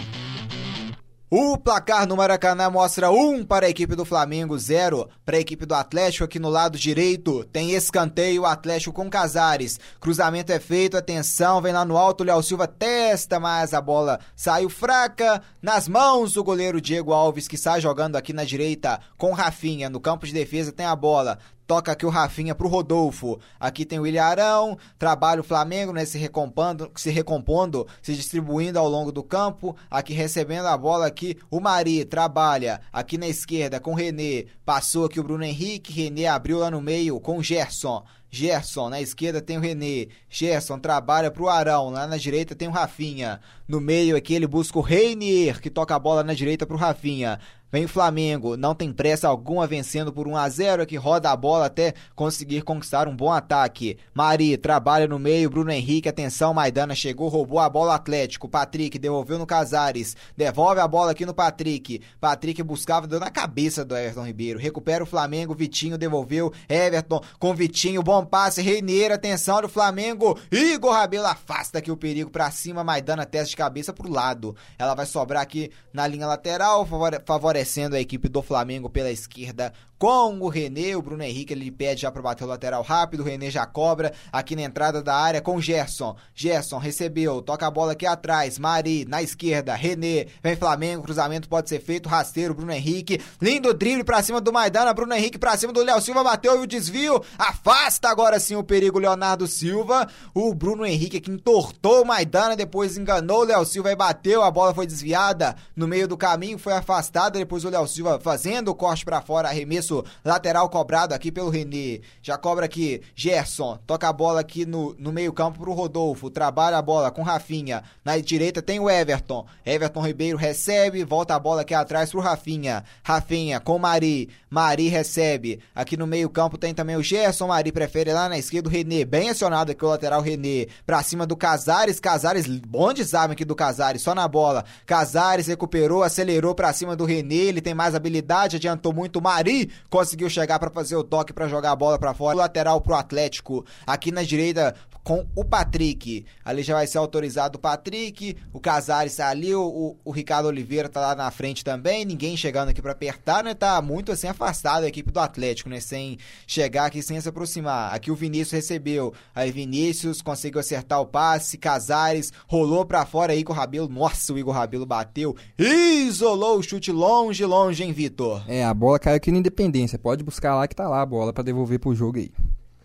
O placar no Maracanã mostra um para a equipe do Flamengo, zero para a equipe do Atlético. Aqui no lado direito tem escanteio, o Atlético com Casares. Cruzamento é feito, atenção, vem lá no alto, o Léo Silva testa, mas a bola saiu fraca nas mãos do goleiro Diego Alves, que sai jogando aqui na direita com Rafinha. No campo de defesa tem a bola. Toca aqui o Rafinha pro Rodolfo. Aqui tem o William Arão. Trabalha o Flamengo, né? Se recompondo, se recompondo, se distribuindo ao longo do campo. Aqui recebendo a bola aqui o Mari. Trabalha aqui na esquerda com o René. Passou aqui o Bruno Henrique. René abriu lá no meio com o Gerson. Gerson, na esquerda tem o René. Gerson trabalha pro Arão. Lá na direita tem o Rafinha. No meio aqui ele busca o Reinier, que toca a bola na direita pro Rafinha. Vem o Flamengo, não tem pressa alguma, vencendo por um a zero, que roda a bola até conseguir conquistar um bom ataque. Mari trabalha no meio, Bruno Henrique, atenção, Maidana chegou, roubou a bola Atlético. Patrick devolveu no Casares, devolve a bola aqui no Patrick. Patrick buscava, deu na cabeça do Everton Ribeiro. Recupera o Flamengo, Vitinho devolveu, Everton com Vitinho, bom passe, Reinier, atenção do Flamengo. Igor Rabelo afasta aqui o perigo pra cima, Maidana testa de cabeça pro lado. Ela vai sobrar aqui na linha lateral, favorecendo a equipe do Flamengo pela esquerda com o René. O Bruno Henrique ele pede já para bater o lateral rápido, o René já cobra aqui na entrada da área com o Gerson. Gerson recebeu, toca a bola aqui atrás, Mari na esquerda, René, vem Flamengo, cruzamento pode ser feito, rasteiro, Bruno Henrique, lindo drible pra cima do Maidana, Bruno Henrique pra cima do Léo Silva, bateu e o desvio, afasta agora sim o perigo Leonardo Silva. O Bruno Henrique aqui entortou o Maidana, depois enganou o Léo Silva e bateu, a bola foi desviada no meio do caminho, foi afastada, depois o Léo Silva fazendo o corte pra fora, arremesso lateral cobrado aqui pelo René. Já cobra aqui Gerson, toca a bola aqui no, no meio campo pro Rodolfo, trabalha a bola com Rafinha, na direita tem o Everton, Everton Ribeiro recebe, volta a bola aqui atrás pro Rafinha, Rafinha com Mari, Mari recebe, aqui no meio campo tem também o Gerson, Mari prefere lá na esquerda o René, bem acionado aqui o lateral René, pra cima do Casares, Casares, bom desarme aqui do Casares, só na bola, Casares recuperou, acelerou pra cima do René, ele tem mais habilidade, adiantou muito o Mari, conseguiu chegar para fazer o toque para jogar a bola para fora, o lateral pro Atlético, aqui na direita com o Patrick, ali já vai ser autorizado o Patrick, o Casares tá ali, o, o, o Ricardo Oliveira tá lá na frente também, ninguém chegando aqui para apertar, né, tá muito assim afastado a equipe do Atlético, né, sem chegar aqui, sem se aproximar. Aqui o Vinícius recebeu, aí Vinícius conseguiu acertar o passe, Casares rolou para fora, Igor Rabelo, nossa, o Igor Rabelo bateu, isolou o chute longe, longe, hein, Vitor? É, a bola caiu aqui na Independência, pode buscar lá que tá lá a bola para devolver pro jogo aí.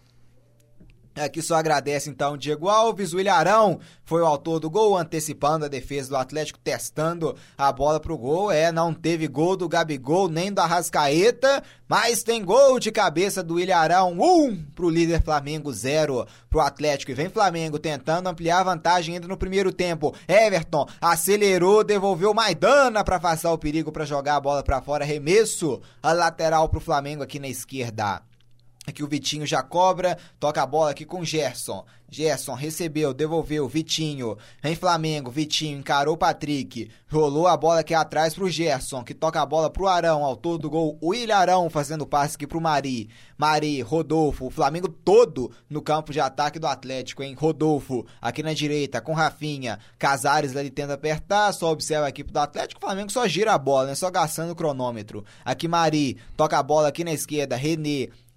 Aqui só agradece então o Diego Alves, o Ilharão foi o autor do gol, antecipando a defesa do Atlético, testando a bola pro gol. É, não teve gol do Gabigol, nem do Arrascaeta, mas tem gol de cabeça do Ilharão, um pro líder Flamengo, zero pro Atlético. E vem Flamengo tentando ampliar a vantagem ainda no primeiro tempo. Everton acelerou, devolveu Maidana para afastar o perigo, para jogar a bola para fora, arremesso a lateral pro Flamengo aqui na esquerda. Aqui o Vitinho já cobra, toca a bola aqui com o Gerson. Gerson recebeu, devolveu, Vitinho. Vem Flamengo, Vitinho encarou o Patrick. Rolou a bola aqui atrás pro Gerson, que toca a bola pro Arão, autor do gol, o William Arão, fazendo passe aqui pro Mari. Mari, Rodolfo, o Flamengo todo no campo de ataque do Atlético, hein? Rodolfo, aqui na direita, com Rafinha. Casares ali tenta apertar, só observa a equipe do Atlético. O Flamengo só gira a bola, né? Só gastando o cronômetro. Aqui Mari, toca a bola aqui na esquerda, René.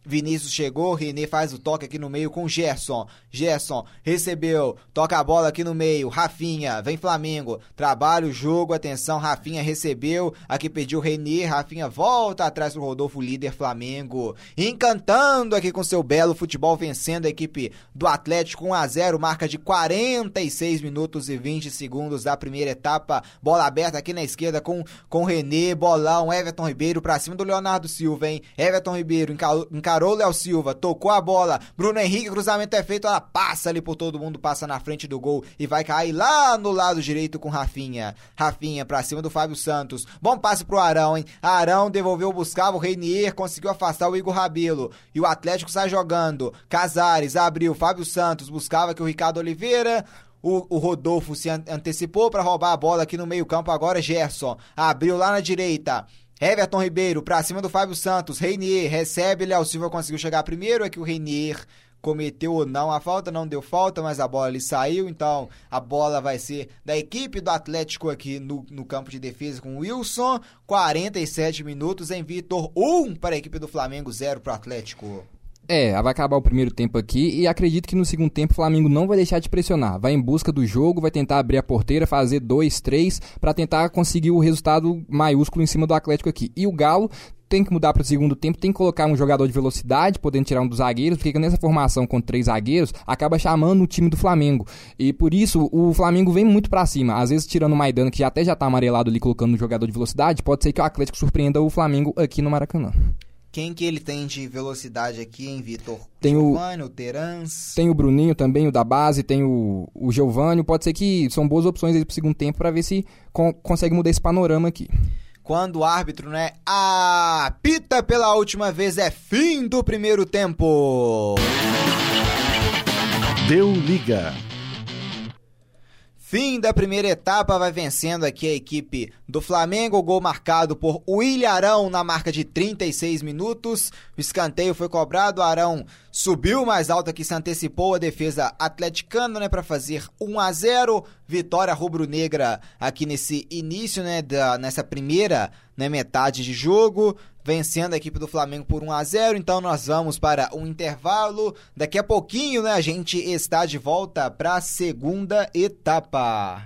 Vinícius chegou, René faz o toque aqui no meio com Gerson. Gerson recebeu, toca a bola aqui no meio, Rafinha, vem Flamengo, trabalha o jogo, atenção, Rafinha recebeu, aqui pediu René, Rafinha volta atrás do Rodolfo, líder Flamengo, encantando aqui com seu belo futebol, vencendo a equipe do Atlético um a zero, marca de quarenta e seis minutos e vinte segundos da primeira etapa, bola aberta aqui na esquerda com, com René, bolão, Everton Ribeiro pra cima do Leonardo Silva, hein, Everton Ribeiro encarou, encarou Léo Silva, tocou a bola, Bruno Henrique, cruzamento é feito, ela passa ali por todo mundo, passa na frente do gol e vai cair lá no lado direito com Rafinha, Rafinha pra cima do Fábio Santos, bom passe pro Arão, hein, Arão devolveu, buscava o Reinier, conseguiu afastar o Igor Rabelo, e o Atlético sai jogando, Casares abriu, Fábio Santos buscava que o Ricardo Oliveira, O, o Rodolfo se antecipou para roubar a bola aqui no meio campo, agora Gerson, abriu lá na direita, Everton Ribeiro pra cima do Fábio Santos, Reinier recebe, Léo Silva conseguiu chegar primeiro, é que o Reinier cometeu ou não a falta, não deu falta, mas a bola ali saiu, então a bola vai ser da equipe do Atlético aqui no, no campo de defesa com o Wilson, quarenta e sete minutos em Vitor, um para a equipe do Flamengo, zero para o Atlético. É, vai acabar o primeiro tempo aqui e acredito que no segundo tempo o Flamengo não vai deixar de pressionar. Vai em busca do jogo, vai tentar abrir a porteira, fazer dois, três, para tentar conseguir o resultado maiúsculo em cima do Atlético aqui. E o Galo tem que mudar para o segundo tempo, tem que colocar um jogador de velocidade, podendo tirar um dos zagueiros, porque nessa formação com três zagueiros, acaba chamando o time do Flamengo. E por isso, o Flamengo vem muito para cima. Às vezes, tirando o Maidana, que já até já tá amarelado ali, colocando um jogador de velocidade, pode ser que o Atlético surpreenda o Flamengo aqui no Maracanã. Quem que ele tem de velocidade aqui, hein, Vitor? Tem o Giovani, o Terans. Tem o Bruninho também, o da base, tem o, o Giovani. Pode ser que são boas opções aí pro segundo tempo para ver se con- consegue mudar esse panorama aqui. Quando o árbitro, né, apita pela última vez, é fim do primeiro tempo. Deu liga. Fim da primeira etapa, vai vencendo aqui a equipe do Flamengo, o gol marcado por William Arão na marca de trinta e seis minutos, o escanteio foi cobrado, o Arão subiu mais alto aqui, se antecipou a defesa atleticana, né, para fazer um a zero, vitória rubro-negra aqui nesse início, né, da, nessa primeira, né, metade de jogo, vencendo a equipe do Flamengo por um a zero, então nós vamos para um intervalo, daqui a pouquinho, né, a gente está de volta para a segunda etapa.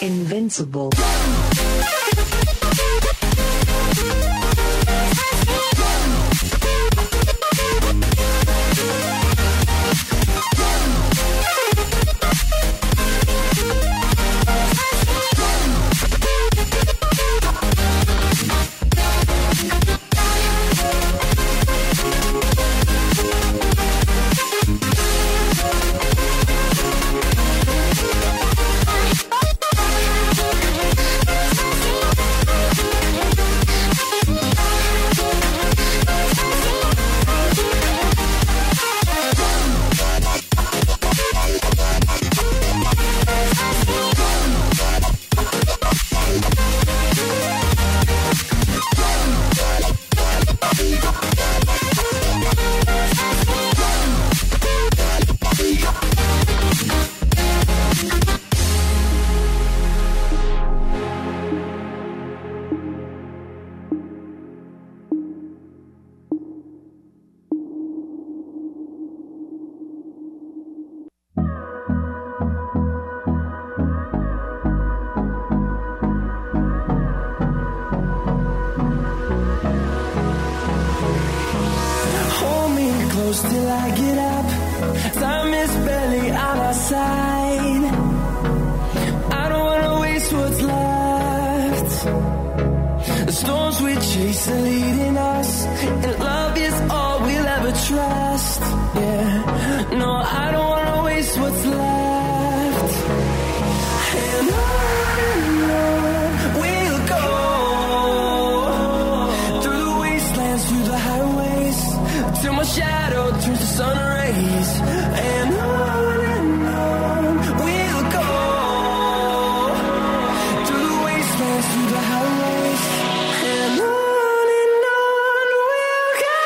Invincible. Till I get up, time is barely on our side. I don't wanna waste what's left. The storms we chase are leading us, and love is all we'll ever trust. Yeah, no, I don't wanna waste what's left. And on we'll go, through the wastelands, through the highways, till my shadow turns to sun rays. And on and on we'll go, through the wastelands, through the highways. And on and on we'll go.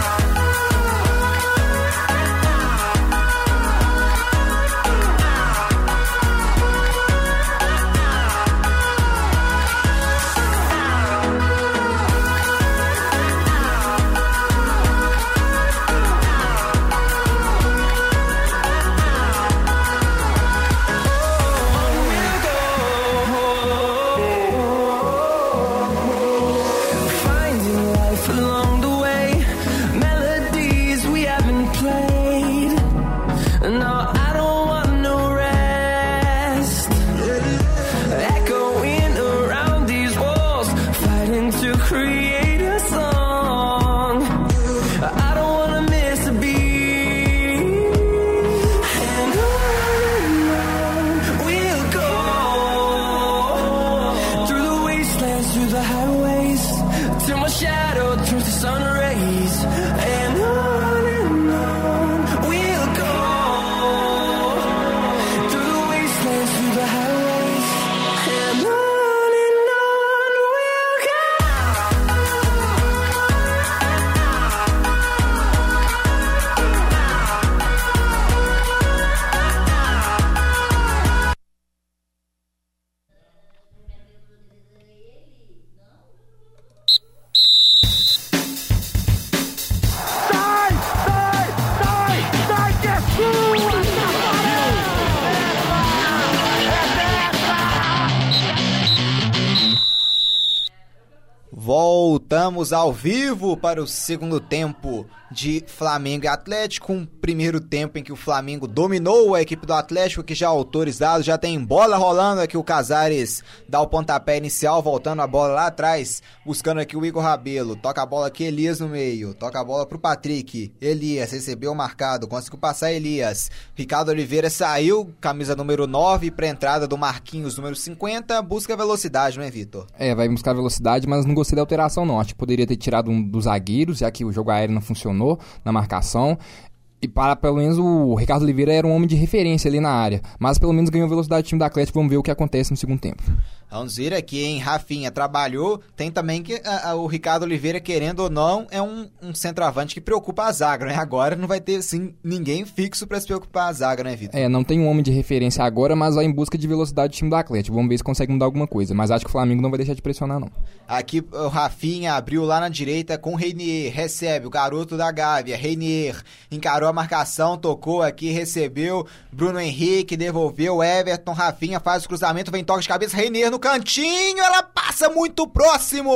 Voltamos ao vivo para o segundo tempo de Flamengo e Atlético, um primeiro tempo em que o Flamengo dominou a equipe do Atlético, que já autorizado, já tem bola rolando aqui, o Casares dá o pontapé inicial, voltando a bola lá atrás, buscando aqui o Igor Rabelo, toca a bola aqui, Elias no meio, toca a bola pro Patrick, Elias recebeu o marcado, conseguiu passar Elias, Ricardo Oliveira saiu, camisa número nove, pra entrada do Marquinhos, número cinquenta, busca velocidade, não é, Vitor? É, vai buscar velocidade, mas não gostei da alteração não, acho que poderia ter tirado um dos zagueiros, já que o jogo aéreo não funcionou na marcação, e para pelo menos o Ricardo Oliveira era um homem de referência ali na área, mas pelo menos ganhou velocidade do time do Atlético. Vamos ver o que acontece no segundo tempo. Vamos ver aqui, hein? Rafinha trabalhou. Tem também que a, a, o Ricardo Oliveira, querendo ou não, é um, um centroavante que preocupa a zaga, né? Agora não vai ter, assim, ninguém fixo pra se preocupar a zaga, né, Vitor? É, não tem um homem de referência agora, mas vai em busca de velocidade do time do Atlético. Vamos ver se consegue mudar alguma coisa. Mas acho que o Flamengo não vai deixar de pressionar, não. Aqui o Rafinha abriu lá na direita com o Reinier. Recebe o garoto da Gávea. Reinier encarou a marcação, tocou aqui, recebeu. Bruno Henrique devolveu. Everton, Rafinha faz o cruzamento, vem toque de cabeça. Reinier no cantinho, ela passa muito próximo.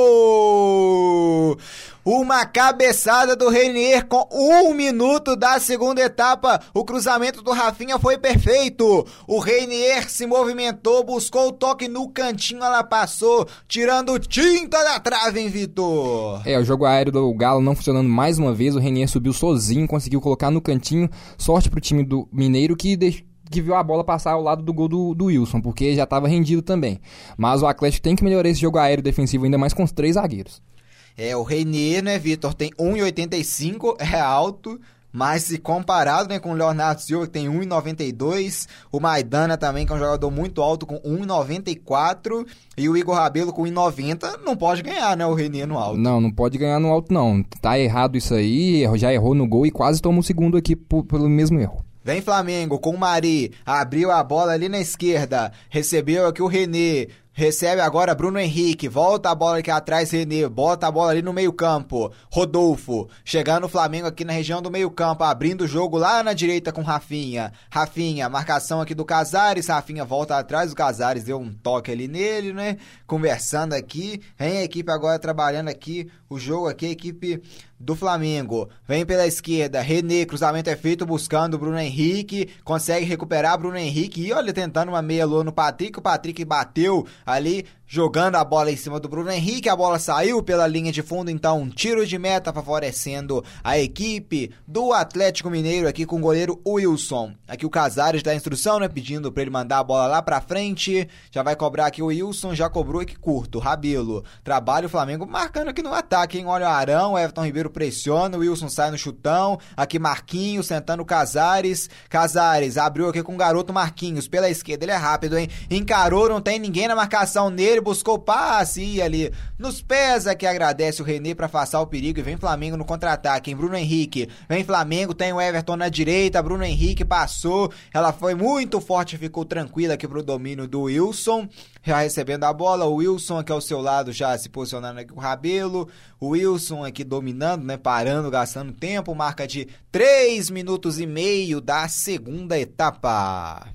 Uma cabeçada do Reinier com um minuto da segunda etapa. O cruzamento do Rafinha foi perfeito. O Reinier se movimentou, buscou o toque no cantinho, ela passou, tirando tinta da trave, hein, Vitor? É, o jogo aéreo do Galo não funcionando mais uma vez. O Reinier subiu sozinho, conseguiu colocar no cantinho. Sorte pro time do Mineiro que deixou que viu a bola passar ao lado do gol do, do Wilson, porque já estava rendido também. Mas o Atlético tem que melhorar esse jogo aéreo defensivo ainda mais com os três zagueiros. É, o Reinier, né, Vitor, tem um e oitenta e cinco, é alto, mas se comparado, né, com o Leonardo Silva, que tem um e noventa e dois, o Maidana também, que é um jogador muito alto, com um e noventa e quatro, e o Igor Rabelo com um e noventa, não pode ganhar, né, o Reinier no alto. Não, não pode ganhar no alto, não. Tá errado isso aí, já errou no gol e quase toma o segundo aqui por, pelo mesmo erro. Vem Flamengo com o Mari, abriu a bola ali na esquerda, recebeu aqui o René, recebe agora Bruno Henrique, volta a bola aqui atrás, René, bota a bola ali no meio campo, Rodolfo, chegando o Flamengo aqui na região do meio campo, abrindo o jogo lá na direita com Rafinha, Rafinha, marcação aqui do Casares, Rafinha volta atrás, o Casares deu um toque ali nele, né, conversando aqui, vem a equipe agora trabalhando aqui, o jogo aqui, a equipe do Flamengo, vem pela esquerda, René, cruzamento é feito buscando o Bruno Henrique, consegue recuperar Bruno Henrique e olha, tentando uma meia lua no Patrick, o Patrick bateu ali, jogando a bola em cima do Bruno Henrique, a bola saiu pela linha de fundo, então um tiro de meta favorecendo a equipe do Atlético Mineiro aqui com o goleiro Wilson. Aqui o Casares dá a instrução, né, pedindo pra ele mandar a bola lá pra frente, já vai cobrar aqui o Wilson, já cobrou aqui curto, Rabelo, trabalha o Flamengo marcando aqui no ataque, hein, olha o Arão, Everton Ribeiro pressiona, o Wilson sai no chutão, aqui Marquinhos sentando o Casares, Casares abriu aqui com o garoto Marquinhos, pela esquerda, ele é rápido, hein, encarou, não tem ninguém na marcação nele, buscou passe e ali nos pés aqui agradece o René para afastar o perigo e vem Flamengo no contra-ataque, hein? Bruno Henrique, vem Flamengo, tem o Everton na direita, Bruno Henrique passou, ela foi muito forte, ficou tranquila aqui pro domínio do Wilson, já recebendo a bola, o Wilson aqui ao seu lado já se posicionando aqui com o Rabelo, o Wilson aqui dominando, né, parando, gastando tempo, marca de três minutos e meio da segunda etapa.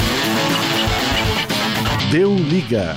Deu liga.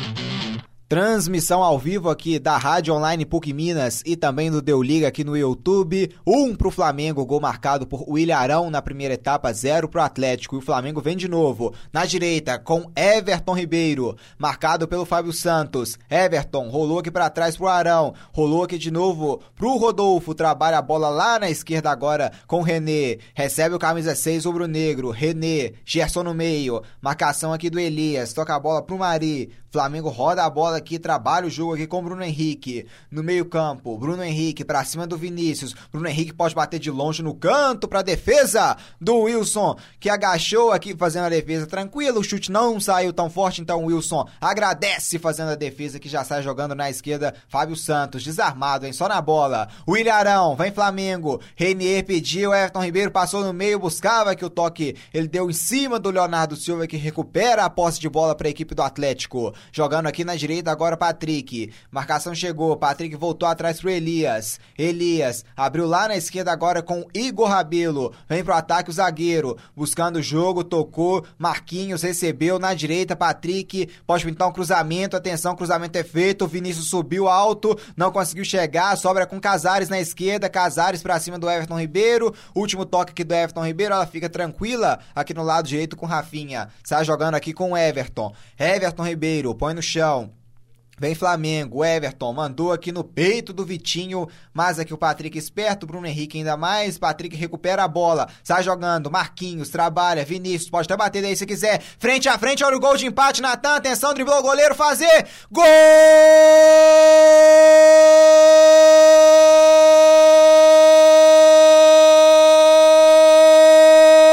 Transmissão ao vivo aqui da Rádio Online P U C Minas e também do Deu Liga aqui no YouTube. Um pro Flamengo, gol marcado por William Arão na primeira etapa, zero pro Atlético. E o Flamengo vem de novo na direita com Everton Ribeiro, marcado pelo Fábio Santos. Everton rolou aqui pra trás pro Arão, rolou aqui de novo pro Rodolfo, trabalha a bola lá na esquerda agora com René. Recebe o camisa seis, rubro negro, René, Gerson no meio, marcação aqui do Elias, toca a bola pro Mari. Flamengo roda a bola aqui, trabalha o jogo aqui com o Bruno Henrique. No meio campo, Bruno Henrique pra cima do Vinícius. Bruno Henrique pode bater de longe no canto pra defesa do Wilson, que agachou aqui fazendo a defesa tranquila. O chute não saiu tão forte, então o Wilson agradece fazendo a defesa, que já sai jogando na esquerda. Fábio Santos, desarmado, hein? Só na bola. William Arão, vem Flamengo. Reinier pediu, Everton Ribeiro passou no meio, buscava que o toque ele deu em cima do Leonardo Silva, que recupera a posse de bola pra equipe do Atlético. Jogando aqui na direita agora Patrick, marcação chegou, Patrick voltou atrás pro Elias, Elias abriu lá na esquerda agora com Igor Rabelo, vem pro ataque o zagueiro, buscando o jogo, tocou, Marquinhos recebeu na direita, Patrick pode pintar um cruzamento, atenção, cruzamento é feito, Vinícius subiu alto, não conseguiu chegar, sobra com Casares na esquerda, Casares pra cima do Everton Ribeiro, último toque aqui do Everton Ribeiro, ela fica tranquila aqui no lado direito com Rafinha, sai jogando aqui com o Everton, Everton Ribeiro põe no chão, vem Flamengo, Everton mandou aqui no peito do Vitinho, mas aqui o Patrick esperto, Bruno Henrique ainda mais, Patrick recupera a bola, sai jogando, Marquinhos, trabalha, Vinícius, pode até bater daí se quiser, frente a frente, olha o gol de empate, Natan, atenção, driblou o goleiro, fazer, gol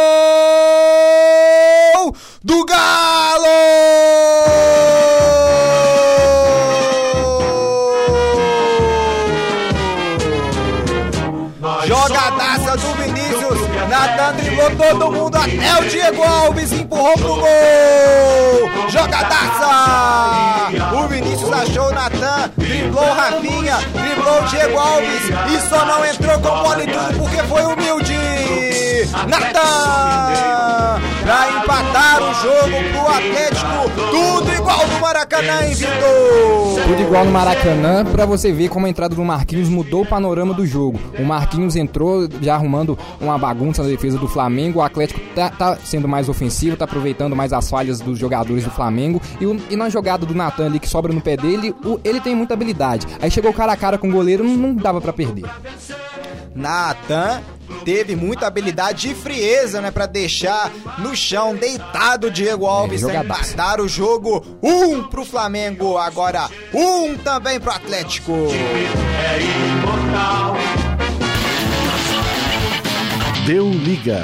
do Galo! Até o Diego Alves empurrou pro gol. Jogadaça. O Vinícius achou o Natan, driblou o Rafinha, driblou o Diego Alves e só não entrou com bola e tudo porque foi humilde. Natan pra empatar o jogo pro Atlético. Tudo igual no Maracanã, hein, Vitor? Tudo igual no Maracanã, pra você ver como a entrada do Marquinhos mudou o panorama do jogo. O Marquinhos entrou já arrumando uma bagunça na defesa do Flamengo. O Atlético tá, tá sendo mais ofensivo, tá aproveitando mais as falhas dos jogadores do Flamengo. E, o, e na jogada do Natan ali que sobra no pé dele, o, ele tem muita habilidade. Aí chegou cara a cara com o goleiro, não, não dava pra perder. Natan teve muita habilidade e frieza, né, pra deixar no chão deitado o Diego Alves, é, empatar o jogo. Um pro Flamengo, agora um também pro Atlético. É imortal. Deu liga.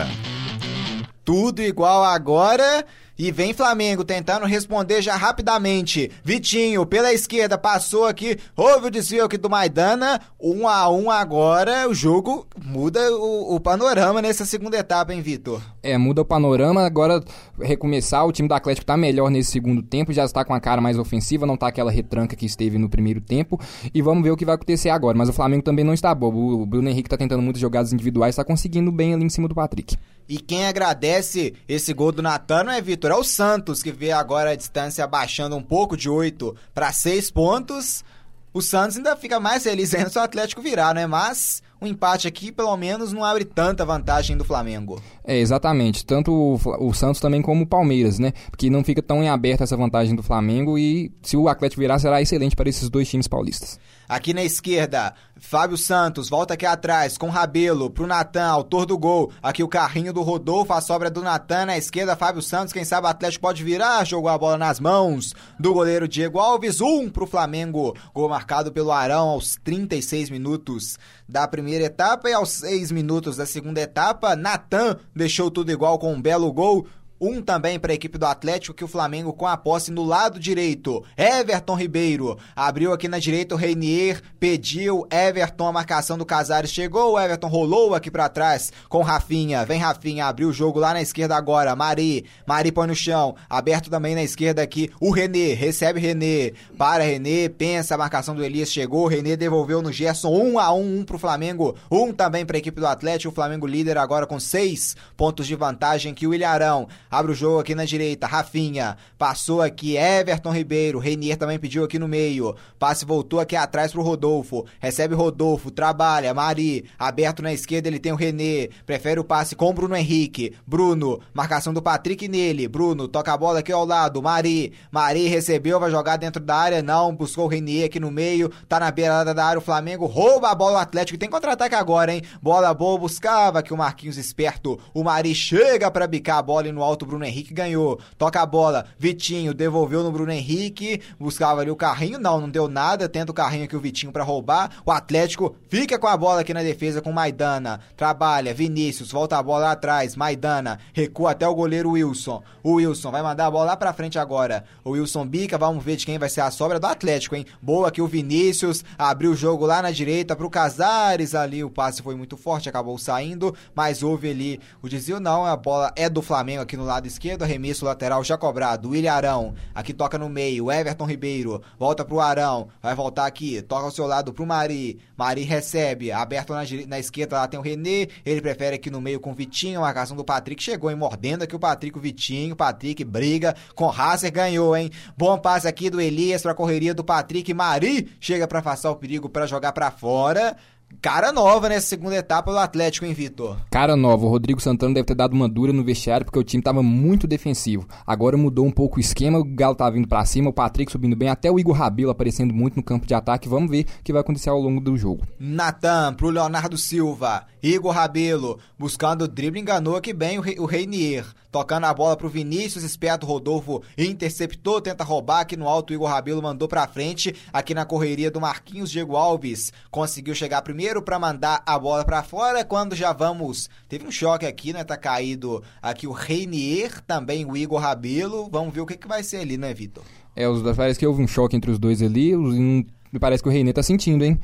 Tudo igual agora. E vem Flamengo tentando responder já rapidamente. Vitinho, pela esquerda, passou aqui. Houve o desvio aqui do Maidana. Um a um agora. O jogo muda o, o panorama nessa segunda etapa, hein, Vitor? É, muda o panorama. Agora, recomeçar. O time do Atlético tá melhor nesse segundo tempo. Já está com a cara mais ofensiva. Não tá aquela retranca que esteve no primeiro tempo. E vamos ver o que vai acontecer agora. Mas o Flamengo também não está bobo. O Bruno Henrique tá tentando muitas jogadas individuais. Tá conseguindo bem ali em cima do Patrick. E quem agradece esse gol do Natan, não é, Vitor? É o Santos, que vê agora a distância abaixando um pouco de oito para seis pontos. O Santos ainda fica mais feliz ainda se o Atlético virar, né? Mas um empate aqui, pelo menos, não abre tanta vantagem do Flamengo. É, exatamente. Tanto o, o Santos também como o Palmeiras, né? Porque não fica tão em aberto essa vantagem do Flamengo e se o Atlético virar, será excelente para esses dois times paulistas. Aqui na esquerda, Fábio Santos volta aqui atrás com Rabelo pro Natan, autor do gol. Aqui o carrinho do Rodolfo, a sobra do Natan na esquerda, Fábio Santos, quem sabe o Atlético pode virar, jogou a bola nas mãos do goleiro Diego Alves, um pro Flamengo. Gol marcado pelo Arão aos trinta e seis minutos da primeira etapa e aos seis minutos da segunda etapa, Natan deixou tudo igual com um belo gol. Um também para a equipe do Atlético, que o Flamengo com a posse no lado direito. Everton Ribeiro abriu aqui na direita, o Reinier pediu, Everton, a marcação do Casares chegou, o Everton rolou aqui para trás com Rafinha, vem Rafinha, abriu o jogo lá na esquerda agora, Mari, Mari põe no chão, aberto também na esquerda aqui, o René, recebe René, para René, pensa, a marcação do Elias chegou, René devolveu no Gerson, um a um, um pro Flamengo, um também para a equipe do Atlético, o Flamengo líder agora com seis pontos de vantagem, que o Ilharão abre o jogo aqui na direita, Rafinha, passou aqui, Everton Ribeiro, Reinier também pediu aqui no meio, passe voltou aqui atrás pro Rodolfo, recebe Rodolfo, trabalha, Mari, aberto na esquerda ele tem o René, prefere o passe com o Bruno Henrique, Bruno, marcação do Patrick nele, Bruno, toca a bola aqui ao lado, Mari, Mari recebeu, vai jogar dentro da área, não, buscou o Reinier aqui no meio, tá na beirada da área, o Flamengo rouba a bola, o Atlético tem contra-ataque agora, hein, bola boa, buscava aqui o Marquinhos esperto, o Mari chega pra bicar a bola e no alto o Bruno Henrique ganhou, toca a bola, Vitinho devolveu no Bruno Henrique, buscava ali o carrinho, não, não deu nada, tenta o carrinho aqui o Vitinho pra roubar, o Atlético fica com a bola aqui na defesa com Maidana, trabalha, Vinícius, volta a bola lá atrás, Maidana, recua até o goleiro Wilson, o Wilson vai mandar a bola lá pra frente agora, o Wilson bica, vamos ver de quem vai ser a sobra do Atlético, hein, boa aqui o Vinícius, abriu o jogo lá na direita pro Casares, ali o passe foi muito forte, acabou saindo, mas houve ali o desvio, não, a bola é do Flamengo aqui no lado esquerdo, arremesso lateral já cobrado, William Arão, aqui toca no meio, Everton Ribeiro, volta pro Arão, vai voltar aqui, toca ao seu lado pro Mari, Mari recebe, aberto na, na esquerda, lá tem o René, ele prefere aqui no meio com o Vitinho, a marcação do Patrick chegou, hein, mordendo aqui o Patrick, o Vitinho, Patrick briga com Hasser, ganhou, hein, bom passe aqui do Elias pra correria do Patrick, Mari chega pra afastar o perigo pra jogar pra fora. Cara nova nessa segunda etapa do Atlético, hein, Vitor? Cara nova, o Rodrigo Santana deve ter dado uma dura no vestiário porque o time tava muito defensivo. Agora mudou um pouco o esquema, o Galo tá vindo pra cima, o Patrick subindo bem, até o Igor Rabelo aparecendo muito no campo de ataque. Vamos ver o que vai acontecer ao longo do jogo. Natan pro Leonardo Silva, Igor Rabelo buscando o drible, enganou aqui bem o, Re- o Reinier. Tocando a bola pro Vinícius, esperto Rodolfo interceptou, tenta roubar aqui no alto, o Igor Rabelo mandou pra frente, aqui na correria do Marquinhos, Diego Alves conseguiu chegar primeiro pra mandar a bola pra fora, quando já vamos, teve um choque aqui, né, tá caído aqui o Reinier, também o Igor Rabelo, vamos ver o que que vai ser ali, né, Vitor? É, os, parece que houve um choque entre os dois ali, os, um, parece que o Reinier tá sentindo, hein?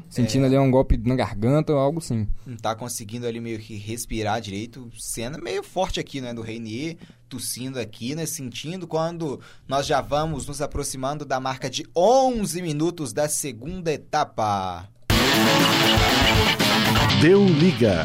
Sentindo É. ali um golpe na garganta ou algo assim. Não tá conseguindo ali meio que respirar direito. Cena meio forte aqui, né? Do Reinier, tossindo aqui, né? Sentindo quando nós já vamos nos aproximando da marca de onze minutos da segunda etapa. Deu liga.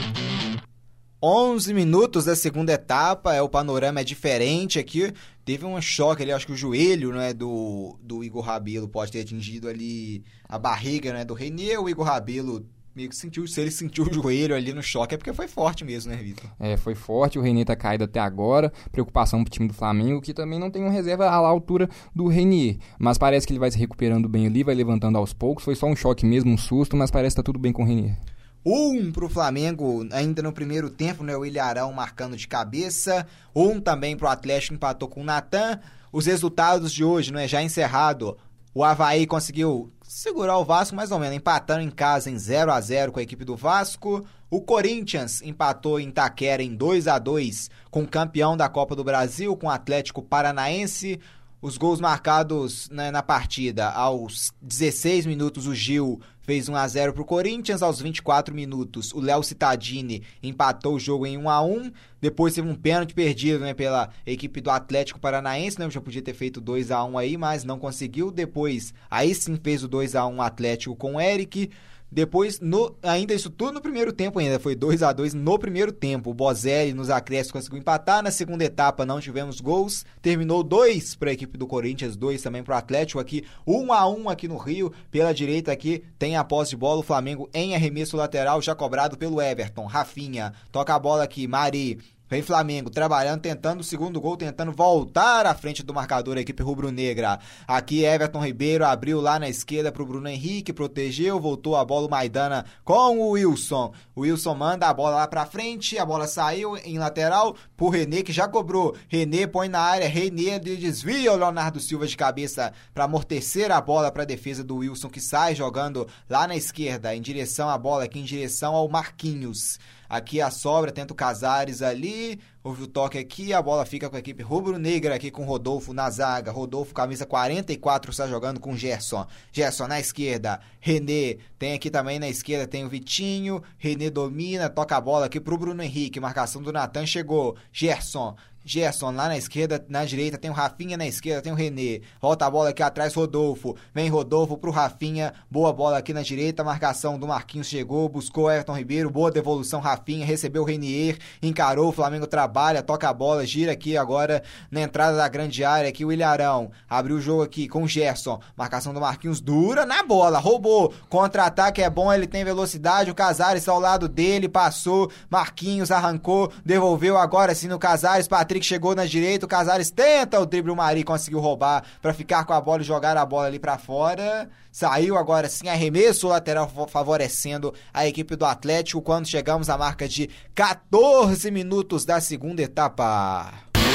onze minutos da segunda etapa, é, o panorama é diferente aqui. Teve um choque ali, acho que o joelho, né, do, do Igor Rabelo pode ter atingido ali a barriga, né, do Reinier. O Igor Rabelo meio que sentiu, se ele sentiu o joelho ali no choque é porque foi forte mesmo, né, Vitor? É, foi forte, o Reinier tá caído até agora. Preocupação pro time do Flamengo, que também não tem uma reserva à altura do Reinier. Mas parece que ele vai se recuperando bem ali, vai levantando aos poucos. Foi só um choque mesmo, um susto, mas parece que tá tudo bem com o Reinier. Um pro Flamengo ainda no primeiro tempo, né? O Ilharão marcando de cabeça. Um também pro Atlético, empatou com o Natan. Os resultados de hoje, né? Já encerrado. O Avaí conseguiu segurar o Vasco mais ou menos, empatando em casa em zero a zero com a equipe do Vasco. O Corinthians empatou em Itaquera em dois a dois com o campeão da Copa do Brasil, com o Atlético Paranaense. Os gols marcados, né, na partida, aos dezesseis minutos o Gil fez um a zero para o Corinthians, aos vinte e quatro minutos o Léo Cittadini empatou o jogo em um a um, depois teve um pênalti perdido, né, pela equipe do Atlético Paranaense, né, já podia ter feito dois a um aí, mas não conseguiu, depois aí sim fez o dois a um Atlético com o Eric. Depois, no, ainda isso tudo no primeiro tempo ainda, foi dois a dois no primeiro tempo. O Bozelli nos acréscimos conseguiu empatar, na segunda etapa não tivemos gols, terminou dois para a equipe do Corinthians, dois também para o Atlético aqui, um a um aqui no Rio, pela direita aqui tem a posse de bola, o Flamengo em arremesso lateral, já cobrado pelo Everton. Rafinha, toca a bola aqui, Mari. Vem Flamengo, trabalhando, tentando o segundo gol, tentando voltar à frente do marcador, a equipe rubro-negra. Aqui Everton Ribeiro abriu lá na esquerda pro Bruno Henrique, protegeu, voltou a bola o Maidana com o Wilson. O Wilson manda a bola lá pra frente, a bola saiu em lateral pro René, que já cobrou. René põe na área, René desvia o Leonardo Silva de cabeça para amortecer a bola para a defesa do Wilson, que sai jogando lá na esquerda, em direção à bola, aqui em direção ao Marquinhos. Aqui a sobra, tenta o Casares ali, houve o toque aqui, a bola fica com a equipe rubro-negra aqui com o Rodolfo na zaga. Rodolfo, camisa quarenta e quatro, está jogando com o Gerson. Gerson na esquerda, René, tem aqui também na esquerda, tem o Vitinho, René domina, toca a bola aqui pro Bruno Henrique, marcação do Natan, chegou, Gerson. Gerson lá na esquerda, na direita tem o Rafinha, na esquerda tem o René, volta a bola aqui atrás, Rodolfo, vem Rodolfo pro Rafinha, boa bola aqui na direita, marcação do Marquinhos chegou, buscou Everton Ribeiro, boa devolução, Rafinha, recebeu o Reinier, encarou, o Flamengo trabalha, toca a bola, gira aqui agora na entrada da grande área, aqui o Ilharão, abriu o jogo aqui com o Gerson, marcação do Marquinhos, dura na bola, roubou, contra-ataque é bom, ele tem velocidade, o Casares está ao lado dele, passou, Marquinhos arrancou, devolveu agora sim no Casares, Patrick que chegou na direita, o Casares tenta o drible, o Mari conseguiu roubar para ficar com a bola e jogar a bola ali para fora, saiu agora sim, arremesso lateral favorecendo a equipe do Atlético quando chegamos à marca de quatorze minutos da segunda etapa.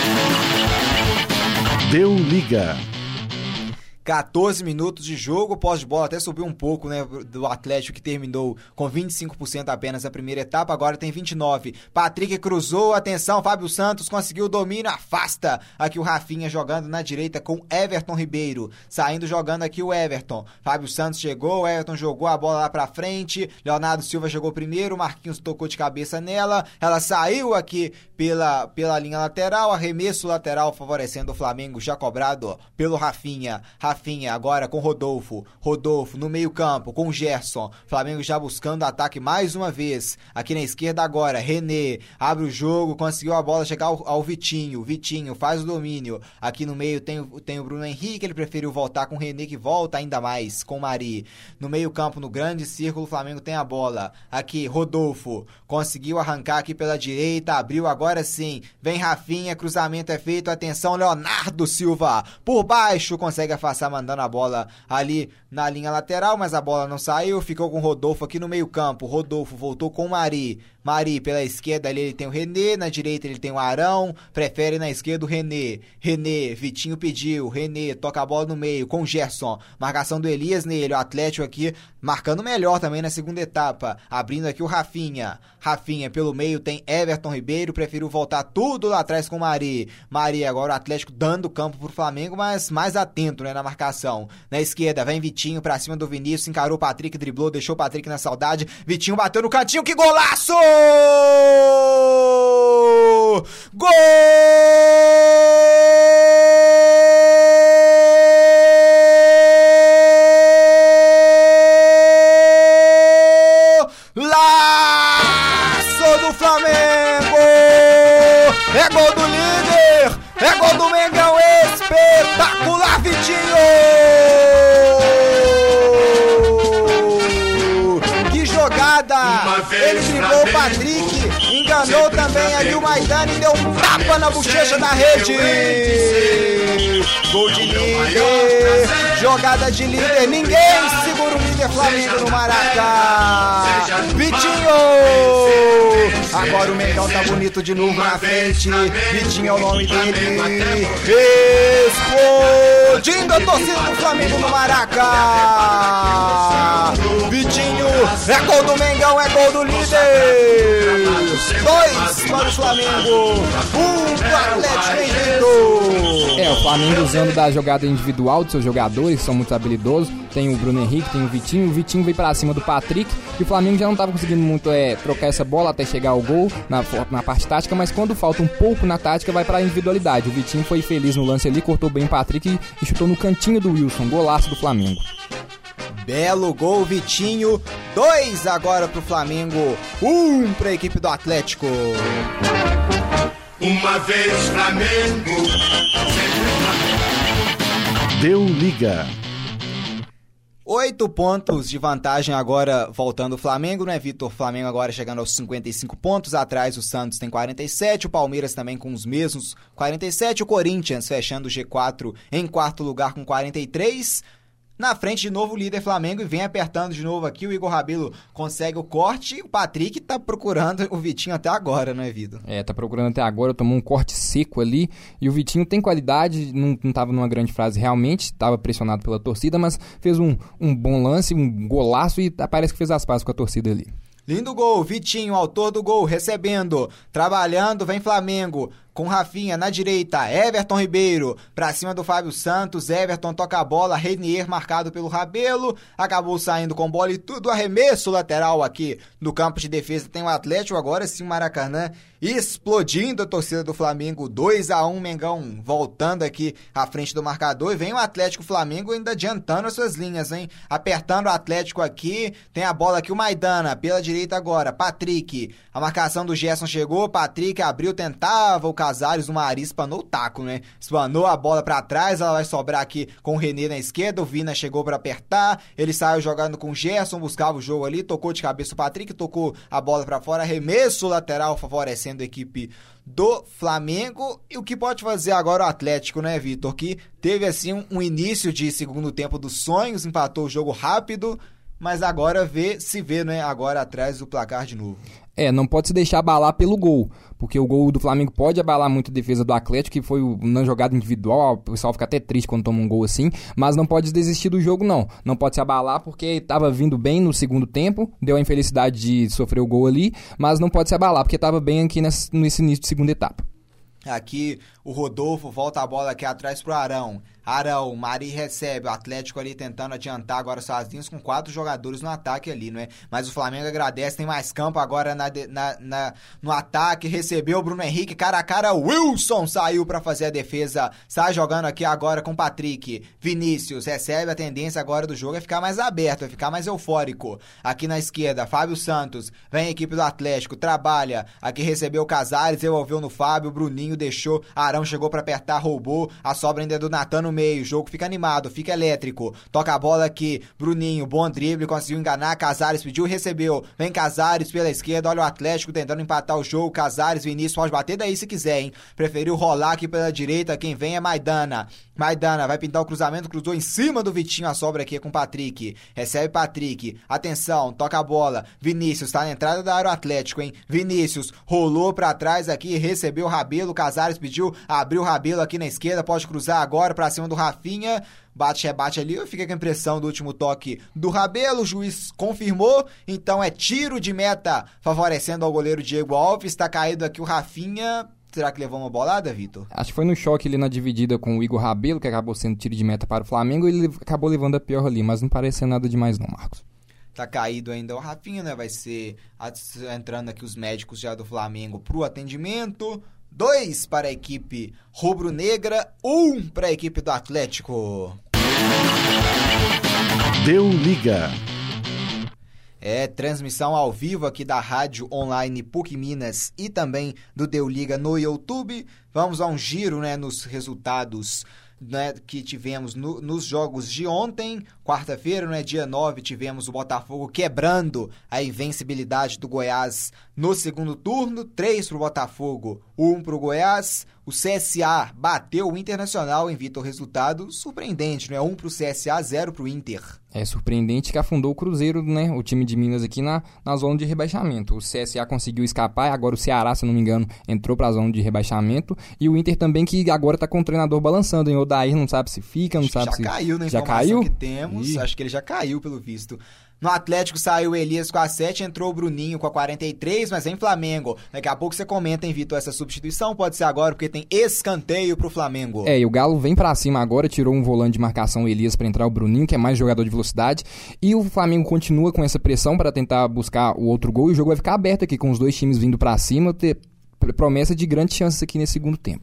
Deu liga. quatorze minutos de jogo, pós de bola até subiu um pouco, né, do Atlético, que terminou com vinte e cinco por cento apenas na primeira etapa, agora tem vinte e nove por cento. Patrick cruzou, atenção, Fábio Santos conseguiu o domínio, afasta aqui o Rafinha jogando na direita com Everton Ribeiro, saindo jogando aqui o Everton. Fábio Santos chegou, o Everton jogou a bola lá pra frente, Leonardo Silva jogou primeiro, Marquinhos tocou de cabeça nela, ela saiu aqui pela, pela linha lateral, arremesso lateral favorecendo o Flamengo, já cobrado pelo Rafinha. Rafinha agora com Rodolfo, Rodolfo no meio campo com Gerson, Flamengo já buscando ataque mais uma vez, aqui na esquerda agora, René, abre o jogo, conseguiu a bola chegar ao, ao Vitinho, Vitinho faz o domínio, aqui no meio tem, tem o Bruno Henrique, ele preferiu voltar com o René que volta ainda mais, com o Mari, no meio campo, no grande círculo, o Flamengo tem a bola, aqui Rodolfo, conseguiu arrancar aqui pela direita, abriu agora sim, vem Rafinha, cruzamento é feito, atenção Leonardo Silva, por baixo, consegue afastar mandando a bola ali na linha lateral, mas a bola não saiu, ficou com o Rodolfo aqui no meio campo, Rodolfo voltou com o Mari, Mari pela esquerda ali ele tem o René, na direita ele tem o Arão, prefere na esquerda o René. René, Vitinho pediu, René toca a bola no meio com o Gerson, marcação do Elias nele, o Atlético aqui marcando melhor também na segunda etapa, abrindo aqui o Rafinha. Rafinha pelo meio tem Everton Ribeiro, preferiu voltar tudo lá atrás com o Mari. Mari agora o Atlético dando campo pro Flamengo, mas mais atento, né, na marcação. Na esquerda vem Vitinho pra cima do Vinícius, encarou o Patrick, driblou, deixou o Patrick na saudade. Vitinho bateu no cantinho, que golaço! Gol! Laço do Flamengo! É gol do líder! É gol do Mengão! Espetacular, Vitinho! Que jogada! Ele driblou o Patrick, enganou também ali o Maidana e deu um tapa na bochecha da rede! Gol de líder! Jogada de líder! Ninguém segura o líder Flamengo no Maraca! Vitinho! Agora o Mengão tá bonito de novo na frente. Vitinho é o nome dele. Explodindo a torcida do Flamengo no Maraca! Vitinho, é gol do Mengão, é gol do líder! Dois para o Flamengo, um para o Atlético Mineiro. É, o Flamengo usando da jogada individual dos seus jogadores, que são muito habilidosos. Tem o Bruno Henrique, tem o Vitinho. O Vitinho veio pra cima do Patrick e o Flamengo já não tava conseguindo muito é, trocar essa bola até chegar ao gol na, na parte tática, mas quando falta um pouco na tática vai pra individualidade. O Vitinho foi feliz no lance ali, cortou bem o Patrick e, e chutou no cantinho do Wilson. Golaço do Flamengo. Belo gol, Vitinho. Dois agora pro Flamengo, um pra equipe do Atlético. Uma vez Flamengo, Deu liga. Oito pontos de vantagem agora voltando o Flamengo, né, Vitor? Flamengo agora chegando aos cinquenta e cinco pontos, atrás o Santos tem quarenta e sete, o Palmeiras também com os mesmos quarenta e sete, o Corinthians fechando o G quatro em quarto lugar com quarenta e três. Na frente de novo o líder Flamengo e vem apertando de novo aqui, o Igor Rabelo consegue o corte e o Patrick tá procurando o Vitinho até agora, não é, Vitor? É, tá procurando até agora, tomou um corte seco ali e o Vitinho tem qualidade, não, não tava numa grande fase realmente, tava pressionado pela torcida, mas fez um, um bom lance, um golaço e parece que fez as pazes com a torcida ali. Lindo gol, Vitinho, autor do gol, recebendo, trabalhando, vem Flamengo, com Rafinha na direita, Everton Ribeiro, pra cima do Fábio Santos, Everton toca a bola, Renier marcado pelo Rabelo, acabou saindo com bola e tudo, arremesso lateral aqui no campo de defesa, tem o Atlético, agora sim o Maracanã, explodindo a torcida do Flamengo, dois a um, Mengão voltando aqui à frente do marcador, e vem o Atlético Flamengo ainda adiantando as suas linhas, hein, apertando o Atlético aqui, tem a bola aqui o Maidana, pela direita agora, Patrick, a marcação do Gerson chegou, Patrick abriu, tentava o Casares, o Mari espanou o taco, né? Espanou a bola pra trás, ela vai sobrar aqui com o René na esquerda, o Vina chegou pra apertar, ele saiu jogando com o Gerson, buscava o jogo ali, tocou de cabeça o Patrick, tocou a bola pra fora, arremesso lateral favorecendo a equipe do Flamengo. E o que pode fazer agora o Atlético, né, Vitor? Que teve assim um, um início de segundo tempo dos sonhos, empatou o jogo rápido, mas agora vê, se vê, né, agora atrás do placar de novo. É, não pode se deixar abalar pelo gol, porque o gol do Flamengo pode abalar muito a defesa do Atlético, que foi na jogada individual, o pessoal fica até triste quando toma um gol assim, mas não pode desistir do jogo não, não pode se abalar porque estava vindo bem no segundo tempo, deu a infelicidade de sofrer o gol ali, mas não pode se abalar porque estava bem aqui nesse, nesse início de segunda etapa. Aqui o Rodolfo volta a bola aqui atrás pro Arão. Arão, Mari recebe, o Atlético ali tentando adiantar agora sozinhos com quatro jogadores no ataque ali, não é? Mas o Flamengo agradece, tem mais campo agora na, na, na, no ataque, recebeu o Bruno Henrique, cara a cara, Wilson saiu pra fazer a defesa, sai jogando aqui agora com o Patrick, Vinícius recebe, a tendência agora do jogo é ficar mais aberto, é ficar mais eufórico. Aqui na esquerda, Fábio Santos, vem a equipe do Atlético, trabalha, aqui recebeu o Casares, devolveu no Fábio, o Bruninho deixou a Arão chegou pra apertar, roubou, a sobra ainda é do Natan no meio, o jogo fica animado, fica elétrico, toca a bola aqui, Bruninho, bom drible, conseguiu enganar, Casares pediu e recebeu, vem Casares pela esquerda, olha o Atlético tentando empatar o jogo, Casares, Vinícius, pode bater daí se quiser, hein, preferiu rolar aqui pela direita, quem vem é Maidana, Maidana vai pintar o cruzamento, cruzou em cima do Vitinho, a sobra aqui é com Patrick, recebe Patrick, atenção, toca a bola, Vinícius tá na entrada da área Atlético, hein, Vinícius rolou pra trás aqui, recebeu o Rabelo, Casares pediu, abriu o Rabelo aqui na esquerda, pode cruzar agora pra cima do Rafinha, bate, rebate ali, fica com a impressão do último toque do Rabelo, o juiz confirmou, então é tiro de meta favorecendo ao goleiro Diego Alves, tá caído aqui o Rafinha. Será que levou uma bolada, Vitor? Acho que foi no choque ali na dividida com o Igor Rabelo, que acabou sendo tiro de meta para o Flamengo, e ele acabou levando a pior ali, mas não pareceu nada demais não, Marcos. Tá caído ainda o Rafinha, né? Vai ser entrando aqui os médicos já do Flamengo pro atendimento. Dois para a equipe rubro-negra, um para a equipe do Atlético. Deu liga. É, transmissão ao vivo aqui da Rádio Online P U C Minas e também do Deu Liga no YouTube. Vamos a um giro, né, nos resultados, né, que tivemos no, nos jogos de ontem. Quarta-feira, né, dia nove, tivemos o Botafogo quebrando a invencibilidade do Goiás no segundo turno. três para o Botafogo, um para o Goiás. O C S A bateu o Internacional em Vitor, resultado surpreendente, né? um para o C S A, zero para o Inter. É surpreendente que afundou o Cruzeiro, né? O time de Minas aqui na, na zona de rebaixamento. O C S A conseguiu escapar, agora o Ceará, se não me engano, entrou para a zona de rebaixamento. E o Inter também, que agora está com o treinador balançando, hein? O Odair não sabe se fica, não Acho sabe já se... Já caiu na já informação caiu? que temos. Ih. Acho que ele já caiu, pelo visto. No Atlético saiu o Elias com a sete, entrou o Bruninho com a quarenta e três, mas em Flamengo. Daqui a pouco você comenta, hein, Vitor, essa substituição pode ser agora, porque tem escanteio pro Flamengo. É, e o Galo vem pra cima agora, tirou um volante de marcação, o Elias, pra entrar o Bruninho, que é mais jogador de velocidade, e o Flamengo continua com essa pressão pra tentar buscar o outro gol, e o jogo vai ficar aberto aqui, com os dois times vindo pra cima, ter promessa de grandes chances aqui nesse segundo tempo.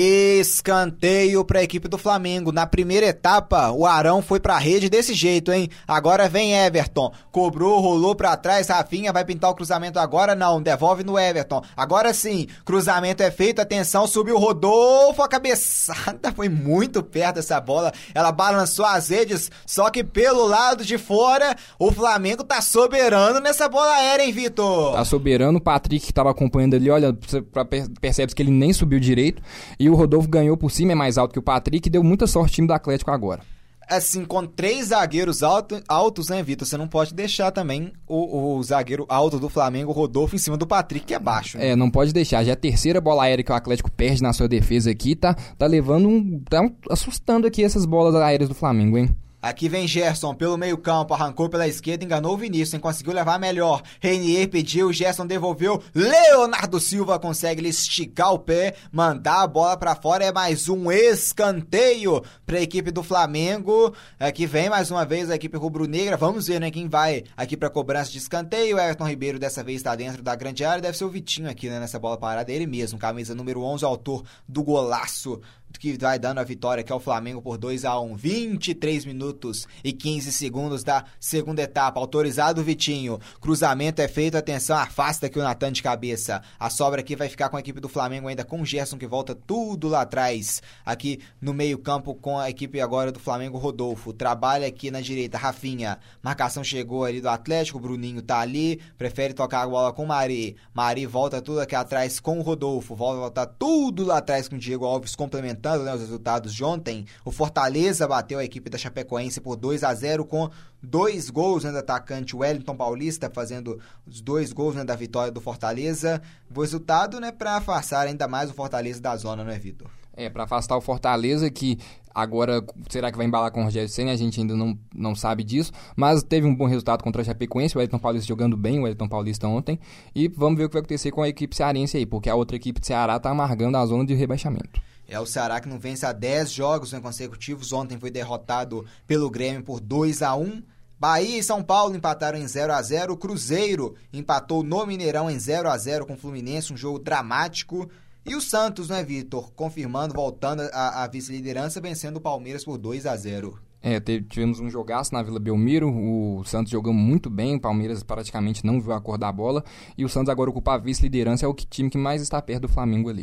Escanteio para a equipe do Flamengo. Na primeira etapa, o Arão foi para a rede desse jeito, hein? Agora vem Everton. Cobrou, rolou para trás. Rafinha vai pintar o cruzamento agora? Não, devolve no Everton. Agora sim, cruzamento é feito. Atenção, subiu o Rodolfo. A cabeçada foi muito perto essa bola. Ela balançou as redes, só que pelo lado de fora, o Flamengo tá soberano nessa bola aérea, hein, Vitor? Tá soberano. O Patrick, que tava acompanhando ali, olha, percebe que ele nem subiu direito. E o Rodolfo ganhou por cima, é mais alto que o Patrick, e deu muita sorte ao time do Atlético agora. Assim, com três zagueiros alto, altos, né, Vitor? Você não pode deixar também o, o zagueiro alto do Flamengo, o Rodolfo, em cima do Patrick, que é baixo. Né? É, não pode deixar. Já é a terceira bola aérea que o Atlético perde na sua defesa aqui, tá, tá levando um... tá um, assustando aqui essas bolas aéreas do Flamengo, hein? Aqui vem Gerson pelo meio campo, arrancou pela esquerda, enganou o Vinícius, hein? Conseguiu levar melhor. Renier pediu, Gerson devolveu, Leonardo Silva consegue ele esticar o pé, mandar a bola pra fora, é mais um escanteio pra equipe do Flamengo. Aqui vem mais uma vez a equipe rubro-negra, vamos ver, né, quem vai aqui pra cobrança de escanteio. O Everton Ribeiro dessa vez está dentro da grande área, deve ser o Vitinho aqui, né, nessa bola parada, ele mesmo, camisa número onze, autor do golaço que vai dando a vitória aqui ao Flamengo por dois a um. vinte e três minutos e quinze segundos da segunda etapa. Autorizado o Vitinho. Cruzamento é feito. Atenção, afasta aqui o Natan de cabeça. A sobra aqui vai ficar com a equipe do Flamengo ainda com o Gerson, que volta tudo lá atrás. Aqui no meio campo com a equipe agora do Flamengo, Rodolfo. Trabalha aqui na direita, Rafinha. Marcação chegou ali do Atlético. O Bruninho tá ali. Prefere tocar a bola com o Mari. Mari volta tudo aqui atrás com o Rodolfo. Volta tudo lá atrás com o Diego Alves complementando, né, os resultados de ontem. O Fortaleza bateu a equipe da Chapecoense por dois a zero com dois gols, né, do atacante Wellington Paulista fazendo os dois gols, né, da vitória do Fortaleza. O resultado, né, para afastar ainda mais o Fortaleza da zona, não é, Vitor? É, para afastar o Fortaleza, que agora, será que vai embalar com o Rogério Ceni? A gente ainda não, não sabe disso, mas teve um bom resultado contra a Chapecoense, o Wellington Paulista jogando bem, o Wellington Paulista ontem, e vamos ver o que vai acontecer com a equipe cearense aí, porque a outra equipe de Ceará tá amargando a zona de rebaixamento. É o Ceará que não vence há dez jogos, né, consecutivos, ontem foi derrotado pelo Grêmio por dois a um. Bahia e São Paulo empataram em zero a zero, o Cruzeiro empatou no Mineirão em zero a zero com o Fluminense, um jogo dramático. E o Santos, né, Vitor, confirmando, voltando à vice-liderança, vencendo o Palmeiras por dois a zero. É, tivemos um jogaço na Vila Belmiro, o Santos jogou muito bem, o Palmeiras praticamente não viu a cor da bola, e o Santos agora ocupa a vice-liderança, é o time que mais está perto do Flamengo ali.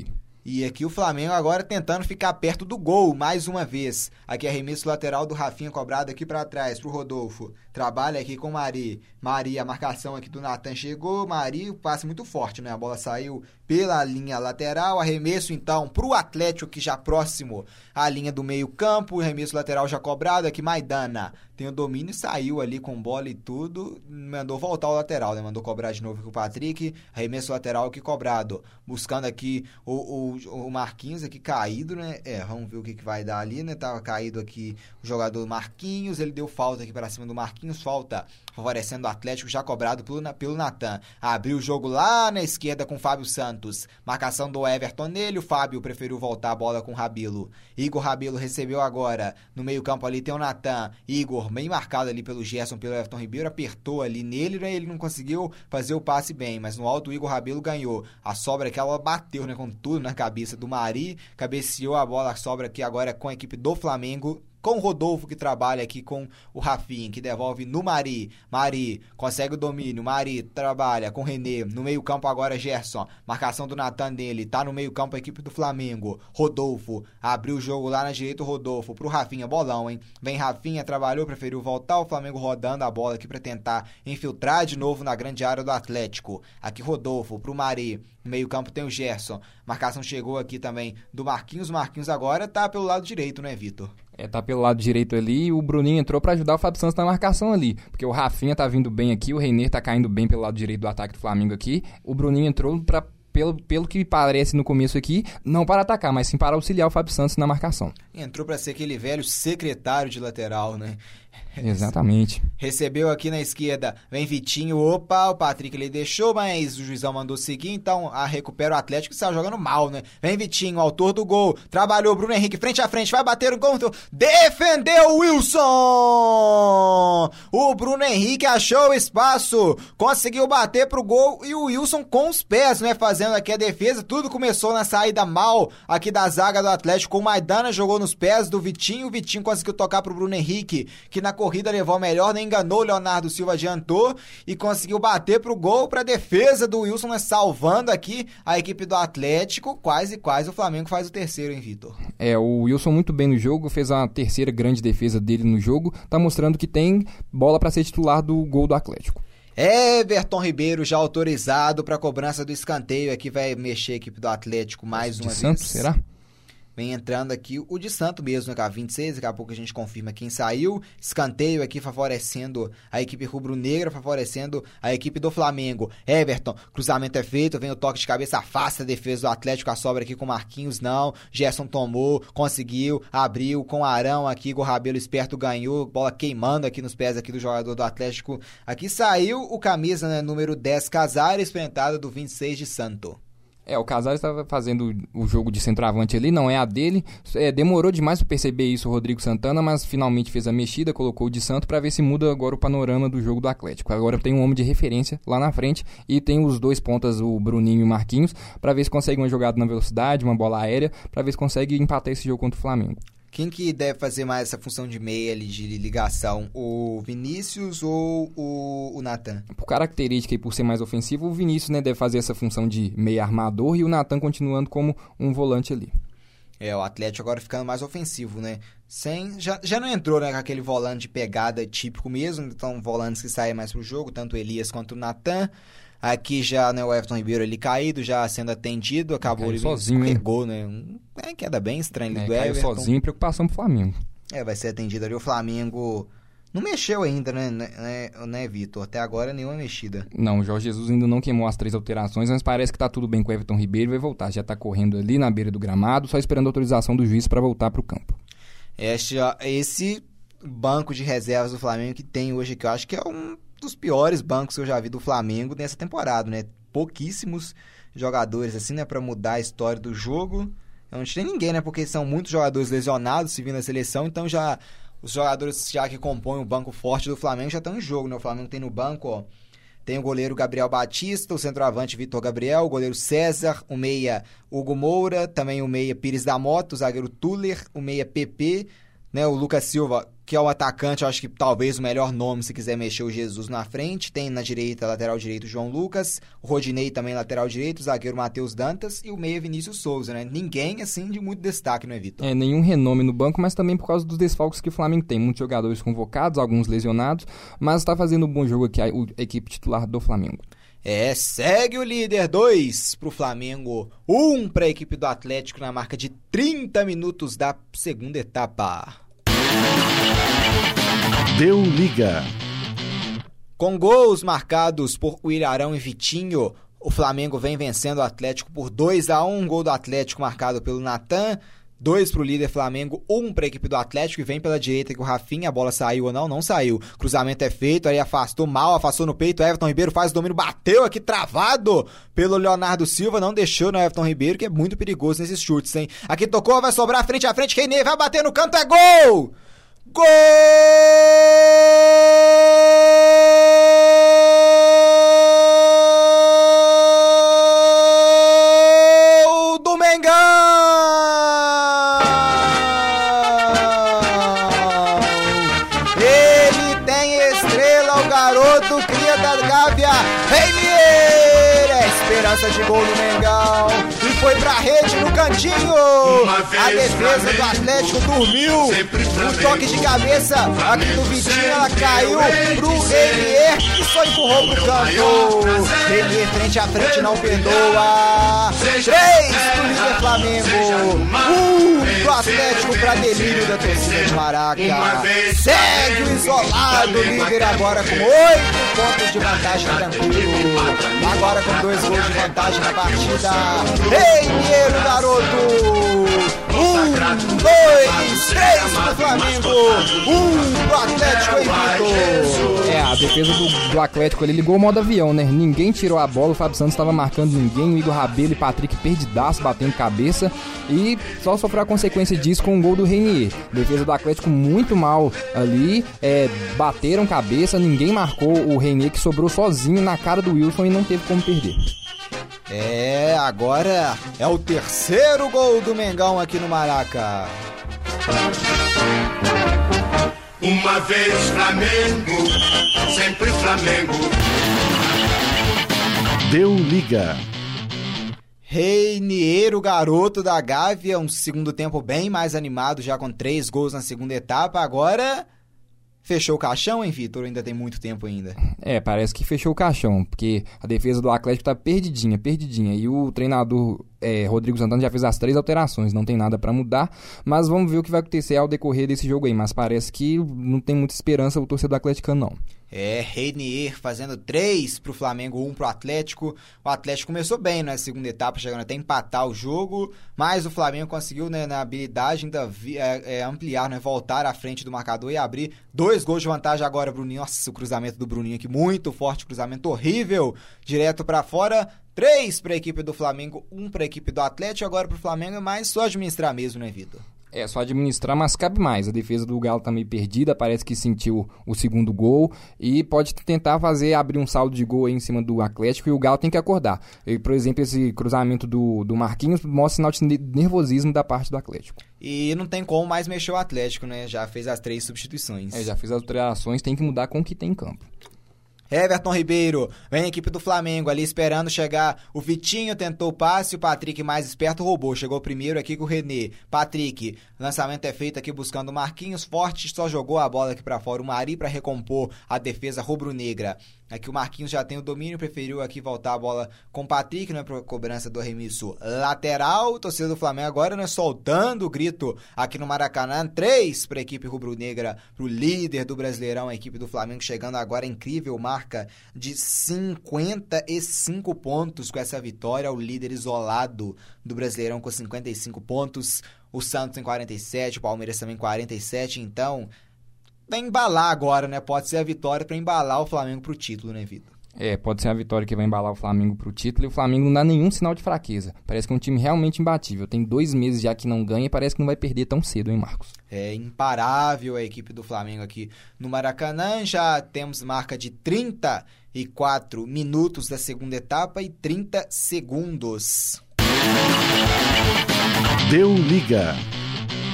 E aqui o Flamengo agora tentando ficar perto do gol, mais uma vez. Aqui arremesso lateral do Rafinha cobrado aqui pra trás, pro Rodolfo. Trabalha aqui com o Mari. Mari, a marcação aqui do Natan chegou. Mari, o passe muito forte, né? A bola saiu pela linha lateral. Arremesso então pro Atlético, que já próximo à linha do meio campo. Arremesso lateral já cobrado. Aqui Maidana tem o domínio e saiu ali com bola e tudo. Mandou voltar ao lateral, né? Mandou cobrar de novo com o Patrick. Arremesso lateral aqui cobrado. Buscando aqui o, o O Marquinhos aqui caído, né? É, vamos ver o que, que vai dar ali, né? Tava caído aqui o jogador Marquinhos, ele deu falta aqui para cima do Marquinhos, falta favorecendo o Atlético, já cobrado pelo, pelo Natan. Abriu o jogo lá na esquerda com o Fábio Santos. Marcação do Everton nele, o Fábio preferiu voltar a bola com o Rabilo. Igor Rabilo recebeu agora, no meio campo ali tem o Natan. Igor, bem marcado ali pelo Gerson, pelo Everton Ribeiro, apertou ali nele, né? Ele não conseguiu fazer o passe bem, mas no alto o Igor Rabilo ganhou. A sobra que ela bateu, né? Com tudo na cabeça do Mari, cabeceou a bola, a sobra aqui agora com a equipe do Flamengo, com o Rodolfo, que trabalha aqui com o Rafinha, que devolve no Mari. Mari consegue o domínio. Mari trabalha com o René. No meio campo agora Gerson. Marcação do Natan dele. Tá no meio campo a equipe do Flamengo. Rodolfo. Abriu o jogo lá na direita o Rodolfo. Pro Rafinha. Bolão, hein? Vem Rafinha, trabalhou, preferiu voltar. O Flamengo rodando a bola aqui pra tentar infiltrar de novo na grande área do Atlético. Aqui Rodolfo pro Mari. No meio campo tem o Gerson. Marcação chegou aqui também do Marquinhos. Marquinhos agora tá pelo lado direito, né, Vitor? É, tá pelo lado direito ali e o Bruninho entrou pra ajudar o Fábio Santos na marcação ali, porque o Rafinha tá vindo bem aqui, o Reiner tá caindo bem pelo lado direito do ataque do Flamengo aqui, o Bruninho entrou pra, pelo, pelo que parece no começo aqui, não para atacar, mas sim para auxiliar o Fábio Santos na marcação. Entrou pra ser aquele velho secretário de lateral, né? Exatamente. Recebeu aqui na esquerda, vem Vitinho, opa, o Patrick ele deixou, mas o juizão mandou seguir, então a recupera o Atlético, que está jogando mal, né? Vem Vitinho, autor do gol, trabalhou Bruno Henrique, frente a frente, vai bater o gol, defendeu o Wilson! O Bruno Henrique achou o espaço, conseguiu bater pro gol e o Wilson com os pés, né? Fazendo aqui a defesa, tudo começou na saída mal aqui da zaga do Atlético, o Maidana jogou nos pés do Vitinho, o Vitinho conseguiu tocar pro Bruno Henrique, que na corrida levou melhor, nem enganou, o Leonardo Silva adiantou e conseguiu bater pro gol, pra defesa do Wilson, né, salvando aqui a equipe do Atlético, quase, quase o Flamengo faz o terceiro, hein, Vitor? É, o Wilson muito bem no jogo, fez a terceira grande defesa dele no jogo, tá mostrando que tem bola pra ser titular do gol do Atlético. Everton Ribeiro já autorizado pra cobrança do escanteio, aqui vai mexer a equipe do Atlético mais uma de vez. Santos, será? Vem entrando aqui o de Santo mesmo, né, vinte e seis, daqui a pouco a gente confirma quem saiu. Escanteio aqui favorecendo a equipe rubro-negra, favorecendo a equipe do Flamengo. Everton, cruzamento é feito, vem o toque de cabeça, afasta a defesa do Atlético, a sobra aqui com o Marquinhos, não. Gerson tomou, conseguiu, abriu com o Arão aqui, o Rabelo esperto ganhou, bola queimando aqui nos pés aqui do jogador do Atlético. Aqui saiu o camisa, né, número dez, Casares, enfrentado do vinte e seis de Santo. É, o Casares estava fazendo o jogo de centroavante ali, não é a dele. É, demorou demais para perceber isso o Rodrigo Santana, mas finalmente fez a mexida, colocou o de Santo para ver se muda agora o panorama do jogo do Atlético. Agora tem um homem de referência lá na frente e tem os dois pontas, o Bruninho e o Marquinhos, para ver se consegue uma jogada na velocidade, uma bola aérea, para ver se consegue empatar esse jogo contra o Flamengo. Quem que deve fazer mais essa função de meia ali, de ligação? O Vinícius ou o, o Natan? Por característica e por ser mais ofensivo, o Vinícius, né, deve fazer essa função de meia armador e o Natan continuando como um volante ali. É, o Atlético agora ficando mais ofensivo, né? Sem, já, já não entrou, né, com aquele volante de pegada típico mesmo, então volantes que saem mais pro jogo, tanto o Elias quanto o Natan. Aqui já, né, o Everton Ribeiro ali caído, já sendo atendido, acabou ele sozinho, pegou, né? É, queda bem estranha ali é, do caiu Everton. sozinho, preocupação pro Flamengo. É, vai ser atendido ali. O Flamengo não mexeu ainda, né, né, né Vitor? Até agora nenhuma mexida. Não, o Jorge Jesus ainda não queimou as três alterações, mas parece que tá tudo bem com o Everton Ribeiro, vai voltar. Já tá correndo ali na beira do gramado, só esperando a autorização do juiz para voltar pro campo. Este, esse banco de reservas do Flamengo que tem hoje, que eu acho que é um dos piores bancos que eu já vi do Flamengo nessa temporada, né? Pouquíssimos jogadores, assim, né, pra mudar a história do jogo. Eu não tirei ninguém, né, porque são muitos jogadores lesionados se vindo na seleção, então já os jogadores já que compõem o banco forte do Flamengo já estão em jogo, né? O Flamengo tem no banco, ó, tem o goleiro Gabriel Batista, o centroavante Vitor Gabriel, o goleiro César, o meia Hugo Moura, também o meia Pires da Mota, o zagueiro Tuller, o meia P P, né, o Lucas Silva que é o atacante, eu acho que talvez o melhor nome se quiser mexer o Jesus na frente. Tem na direita, lateral direito, o João Lucas, o Rodinei também lateral direito, o zagueiro Matheus Dantas e o meia Vinícius Souza, né? Ninguém, assim, de muito destaque, não é, Vitor? É, nenhum renome no banco, mas também por causa dos desfalques que o Flamengo tem. Muitos jogadores convocados, alguns lesionados, mas está fazendo um bom jogo aqui a, a equipe titular do Flamengo. É, segue o líder, dois pro Flamengo, um para a equipe do Atlético na marca de trinta minutos da segunda etapa. Deu liga. Com gols marcados por Ilharão e Vitinho, o Flamengo vem vencendo o Atlético por dois a um. Gol do Atlético marcado pelo Natan. dois para o líder Flamengo, um para a equipe do Atlético, e vem pela direita que o Rafinha, a bola saiu ou não? Não saiu. Cruzamento é feito, aí afastou mal, afastou no peito, Everton Ribeiro faz o domínio, bateu aqui travado pelo Leonardo Silva, não deixou no Everton Ribeiro, que é muito perigoso nesses chutes, hein? Aqui tocou, vai sobrar frente a frente, René vai bater no canto, é gol! Gol do Mengão! Ele tem estrela, o garoto cria da Gávea, Reinier! É esperança de gol do Mengão. E foi pra rede no cantinho. A defesa do Atlético dormiu. Um toque de cabeça aqui do Vitinho, ela caiu pro Reinier e só empurrou pro canto. Reinier frente a frente, não perdoa. Três pro líder Flamengo. Um do Atlético pra delírio da torcida de Maraca. Segue o isolado líder agora com oito pontos de vantagem tranquilo. Agora com dois gols de vantagem na partida. Reinier, o garoto. Um, dois, três pro Flamengo. Um pro Atlético invicto. É, a defesa do, do Atlético ali ligou o modo avião, né? Ninguém tirou a bola, o Fábio Santos estava marcando ninguém, o Igor Rabelo e Patrick perdidaço, batendo cabeça, e só sofreu a consequência disso com o gol do Reinier. Defesa do Atlético muito mal ali, é, bateram cabeça, ninguém marcou o Reinier, que sobrou sozinho na cara do Wilson e não teve como perder. É, agora é o terceiro gol do Mengão aqui no Maraca. Uma vez Flamengo, sempre Flamengo. Deu liga. Reinier, o garoto da Gávea, um segundo tempo bem mais animado, já com três gols na segunda etapa. Agora fechou o caixão, hein, Vitor? Ainda tem muito tempo ainda. É, parece que fechou o caixão, porque a defesa do Atlético tá perdidinha, perdidinha. E o treinador é, Rodrigo Santana já fez as três alterações, não tem nada pra mudar. Mas vamos ver o que vai acontecer ao decorrer desse jogo aí. Mas parece que não tem muita esperança o torcedor atleticano, não. É, Reinier fazendo três pro Flamengo, um pro Atlético. O Atlético começou bem na segunda etapa, chegando até a empatar o jogo, mas o Flamengo conseguiu, né, na habilidade ainda vi, é, é, ampliar, né, voltar à frente do marcador e abrir dois gols de vantagem agora, Bruninho. Nossa, o cruzamento do Bruninho aqui, muito forte, cruzamento horrível, direto pra fora. Três pra equipe do Flamengo, um pra equipe do Atlético. Agora pro Flamengo é mais só administrar mesmo, né, Vitor? É, só administrar, mas cabe mais. A defesa do Galo tá meio perdida, parece que sentiu o segundo gol e pode tentar fazer, abrir um saldo de gol aí em cima do Atlético, e o Galo tem que acordar. E, por exemplo, esse cruzamento do, do Marquinhos mostra sinal de nervosismo da parte do Atlético. E não tem como mais mexer o Atlético, né? Já fez as três substituições. É, já fez as alterações, tem que mudar com o que tem em campo. Everton Ribeiro, vem a equipe do Flamengo ali esperando chegar. O Vitinho tentou o passe, o Patrick mais esperto roubou. Chegou primeiro aqui com o René. Patrick, lançamento é feito aqui buscando o Marquinhos. Forte, só jogou a bola aqui pra fora. O Mari pra recompor a defesa rubro-negra. Aqui o Marquinhos já tem o domínio, preferiu aqui voltar a bola com o Patrick, não é para cobrança do arremesso lateral. Torcida do Flamengo agora, né, soltando o grito aqui no Maracanã. Três para a equipe rubro-negra, para o líder do Brasileirão, a equipe do Flamengo chegando agora, incrível marca de cinquenta e cinco pontos com essa vitória. O líder isolado do Brasileirão com cinquenta e cinco pontos. O Santos em quarenta e sete, o Palmeiras também em quarenta e sete, então vai embalar agora, né? Pode ser a vitória para embalar o Flamengo pro título, né, Vitor? É, pode ser a vitória que vai embalar o Flamengo pro título, e o Flamengo não dá nenhum sinal de fraqueza. Parece que é um time realmente imbatível. Tem dois meses já que não ganha e parece que não vai perder tão cedo, hein, Marcos? É imparável a equipe do Flamengo aqui no Maracanã. Já temos marca de trinta e quatro minutos da segunda etapa e trinta segundos. Deu liga.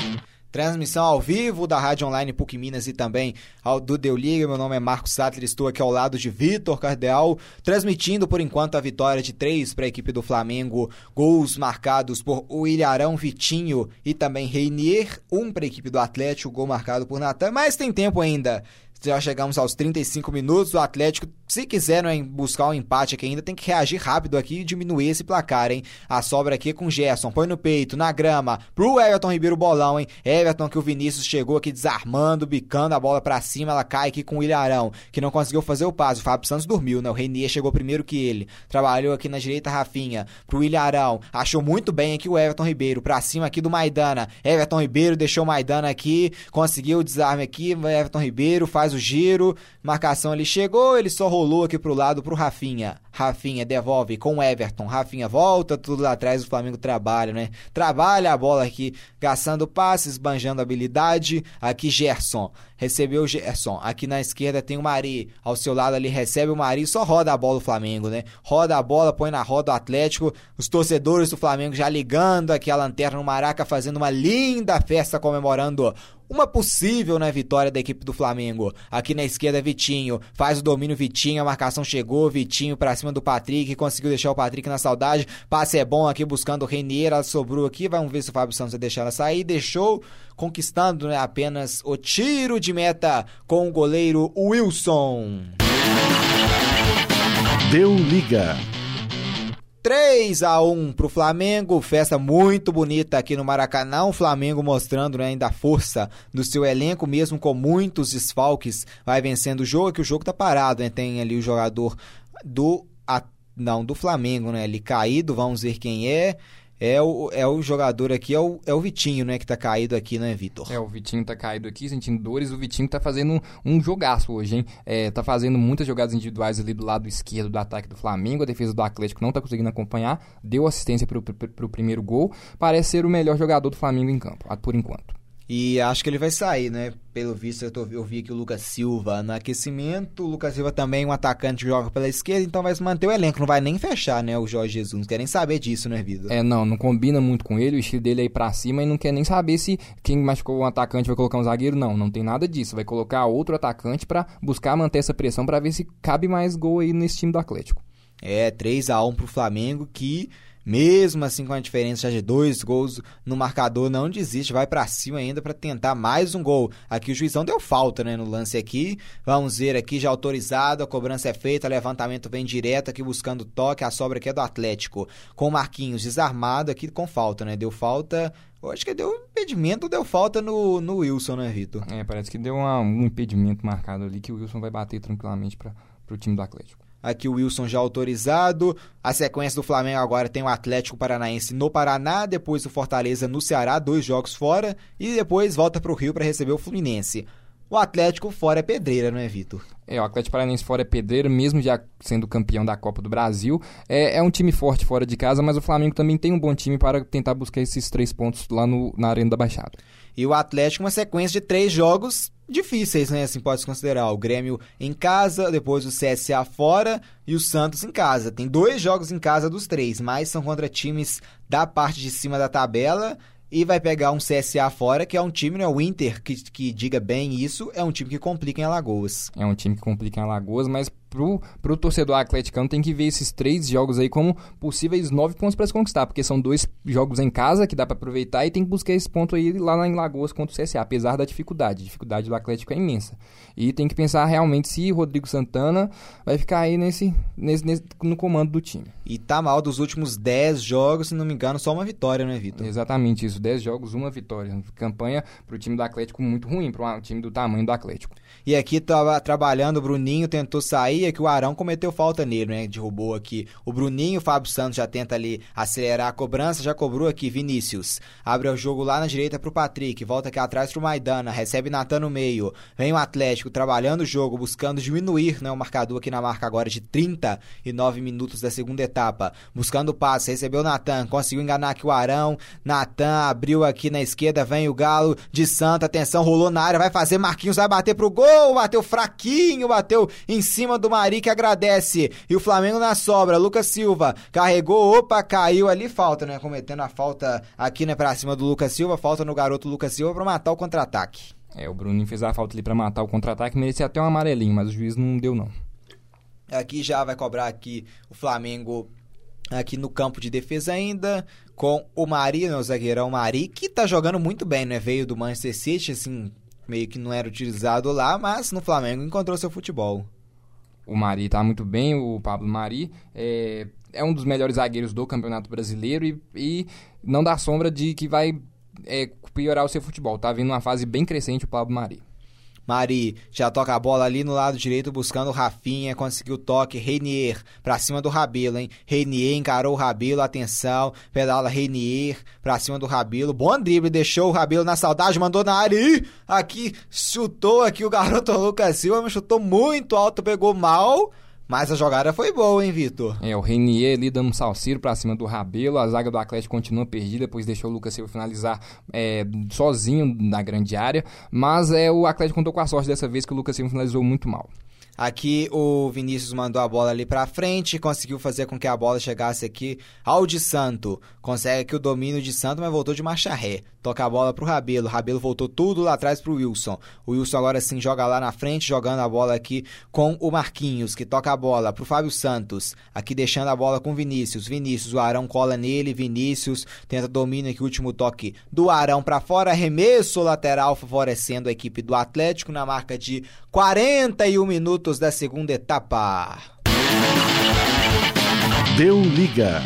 Transmissão ao vivo da Rádio Online P U C Minas e também ao do Deu Liga. Meu nome é Marcos Sattler, estou aqui ao lado de Vitor Cardeal, transmitindo por enquanto a vitória de três para a equipe do Flamengo. Gols marcados por Ilharão, Vitinho e também Reinier. Um para a equipe do Atlético, gol marcado por Natan, mas tem tempo ainda. Já chegamos aos trinta e cinco minutos, o Atlético, se quiser né, buscar um empate aqui ainda, tem que reagir rápido aqui e diminuir esse placar, hein? A sobra aqui é com o Gerson, põe no peito, na grama, pro Everton Ribeiro bolão, hein? Everton que o Vinícius chegou aqui desarmando, bicando a bola pra cima, ela cai aqui com o Ilharão, que não conseguiu fazer o passe, o Fábio Santos dormiu, né? O Reinier chegou primeiro que ele, trabalhou aqui na direita, Rafinha, pro Ilharão, achou muito bem aqui o Everton Ribeiro, pra cima aqui do Maidana, Everton Ribeiro deixou o Maidana aqui, conseguiu o desarme aqui, Everton Ribeiro faz o giro, marcação ali chegou, ele só rolou aqui pro lado pro Rafinha, Rafinha devolve com o Everton, Rafinha volta, tudo lá atrás, o Flamengo trabalha, né? Trabalha a bola aqui, gastando passes, banjando habilidade, aqui Gerson, recebeu o Gerson, aqui na esquerda tem o Mari, ao seu lado ali recebe o Mari, só roda a bola o Flamengo, né? Roda a bola, põe na roda o Atlético, os torcedores do Flamengo já ligando aqui a lanterna no Maraca, fazendo uma linda festa comemorando uma possível né, vitória da equipe do Flamengo. Aqui na esquerda, Vitinho. Faz o domínio, Vitinho. A marcação chegou. Vitinho pra cima do Patrick. Conseguiu deixar o Patrick na saudade. Passe é bom aqui buscando o Reinier. Ela sobrou aqui. Vamos ver se o Fábio Santos vai deixar ela sair. Deixou, conquistando né, apenas o tiro de meta com o goleiro Wilson. Deu Liga. três a um pro Flamengo, festa muito bonita aqui no Maracanã, o Flamengo mostrando né, ainda a força do seu elenco, mesmo com muitos desfalques, vai vencendo o jogo, que o jogo tá parado, né? Tem ali o jogador do, a, não, do Flamengo, né, ali caído, vamos ver quem é, é o, é o jogador aqui, é o, é o Vitinho, né, que tá caído aqui, né, Vitor? É, o Vitinho tá caído aqui, sentindo dores, o Vitinho tá fazendo um, um jogaço hoje, hein? É, tá fazendo muitas jogadas individuais ali do lado esquerdo do ataque do Flamengo, a defesa do Atlético não tá conseguindo acompanhar, deu assistência pro, pro, pro primeiro gol, parece ser o melhor jogador do Flamengo em campo, por enquanto. E acho que ele vai sair, né? Pelo visto, eu, tô, eu vi aqui o Lucas Silva no aquecimento. O Lucas Silva também, um atacante que joga pela esquerda, então vai se manter o elenco. Não vai nem fechar, né? O Jorge Jesus. Não quer nem saber disso, né, Vitor? É, não, não combina muito com ele. O estilo dele é ir pra cima e não quer nem saber se quem machucou um atacante vai colocar um zagueiro. Não, não tem nada disso. Vai colocar outro atacante pra buscar manter essa pressão pra ver se cabe mais gol aí nesse time do Atlético. É, três a um pro Flamengo que... Mesmo assim com a diferença já de dois gols no marcador, não desiste, vai pra cima ainda pra tentar mais um gol. Aqui o juizão deu falta, né, no lance aqui. Vamos ver aqui, já autorizado, a cobrança é feita, o levantamento vem direto aqui buscando toque, a sobra aqui é do Atlético. Com o Marquinhos desarmado aqui com falta, né, deu falta... Eu acho que deu impedimento, deu falta no, no Wilson, né, Vitor? É, parece que deu uma, um impedimento marcado ali que o Wilson vai bater tranquilamente para o time do Atlético. Aqui o Wilson já autorizado. A sequência do Flamengo agora tem o Atlético Paranaense no Paraná, depois o Fortaleza no Ceará, dois jogos fora, e depois volta para o Rio para receber o Fluminense. O Atlético fora é pedreira, não é, Vitor? É, o Atlético Paranaense fora é pedreira, mesmo já sendo campeão da Copa do Brasil. É, é um time forte fora de casa, mas o Flamengo também tem um bom time para tentar buscar esses três pontos lá no, na Arena da Baixada. E o Atlético uma sequência de três jogos difíceis, né? Assim pode-se considerar. O Grêmio em casa, depois o C S A fora e o Santos em casa. Tem dois jogos em casa dos três, mas são contra times da parte de cima da tabela. E vai pegar um C S A fora, que é um time, né? O Inter, que, que diga bem isso, é um time que complica em Alagoas. É um time que complica em Alagoas, mas pro, pro torcedor atleticano tem que ver esses três jogos aí como possíveis nove pontos para se conquistar, porque são dois jogos em casa que dá para aproveitar e tem que buscar esse ponto aí lá em Alagoas contra o C S A, apesar da dificuldade. A dificuldade do Atlético é imensa. E tem que pensar realmente se Rodrigo Santana vai ficar aí nesse, nesse, nesse, no comando do time. E tá mal dos últimos dez jogos, se não me engano, só uma vitória, né, Vitor? Exatamente isso. dez jogos, uma vitória. Campanha pro time do Atlético muito ruim, para um time do tamanho do Atlético. E aqui tava trabalhando, o Bruninho tentou sair, é que o Arão cometeu falta nele, né? Derrubou aqui o Bruninho, o Fábio Santos já tenta ali acelerar a cobrança, já cobrou aqui Vinícius. Abre o jogo lá na direita pro Patrick, volta aqui atrás pro Maidana, recebe Natan no meio. Vem o Atlético trabalhando o jogo, buscando diminuir, né, o marcador aqui na marca agora de trinta e nove minutos da segunda etapa. etapa, buscando o passe, recebeu o Natan, conseguiu enganar aqui o Arão, Natan abriu aqui na esquerda, vem o Galo de Santa, atenção, rolou na área, vai fazer, Marquinhos vai bater pro gol, bateu fraquinho, bateu em cima do Mari, que agradece, e o Flamengo na sobra, Lucas Silva, carregou, opa, caiu ali, falta, né, cometendo a falta aqui, né, pra cima do Lucas Silva, falta no garoto Lucas Silva pra matar o contra-ataque. É, o Bruninho fez a falta ali pra matar o contra-ataque, merecia até um amarelinho, mas o juiz não deu não. Aqui já vai cobrar aqui o Flamengo aqui no campo de defesa ainda, com o Mari, né, o zagueirão Mari, que tá jogando muito bem, né? Veio do Manchester City, assim, meio que não era utilizado lá, mas no Flamengo encontrou seu futebol. O Mari tá muito bem, o Pablo Mari é, é um dos melhores zagueiros do Campeonato Brasileiro e, e não dá sombra de que vai é, piorar o seu futebol. Tá vindo uma fase bem crescente o Pablo Mari. Mari já toca a bola ali no lado direito buscando o Rafinha, conseguiu o toque, Reinier pra cima do Rabelo, hein? Reinier encarou o Rabelo, atenção, pedala Reinier pra cima do Rabelo, bom drible, deixou o Rabelo na saudade, mandou na área, ih, aqui chutou aqui o garoto Lucas Silva, mas chutou muito alto, pegou mal. Mas a jogada foi boa, hein, Vitor? É, o Reinier ali dando um salseiro pra cima do Rabelo, a zaga do Atlético continua perdida, depois deixou o Lucas Silva finalizar é, sozinho na grande área, mas é, o Atlético contou com a sorte dessa vez que o Lucas Silva finalizou muito mal. Aqui o Vinícius mandou a bola ali pra frente, conseguiu fazer com que a bola chegasse aqui ao de Santo. Consegue aqui o domínio de Santo, mas voltou de marcha ré. Toca a bola pro Rabelo, Rabelo voltou tudo lá atrás pro Wilson. O Wilson agora sim joga lá na frente, jogando a bola aqui com o Marquinhos, que toca a bola pro Fábio Santos. Aqui deixando a bola com o Vinícius. Vinícius, o Arão cola nele, Vinícius tenta domínio aqui, o último toque do Arão pra fora, arremesso lateral favorecendo a equipe do Atlético na marca de quarenta e um minutos da segunda etapa. Deu liga.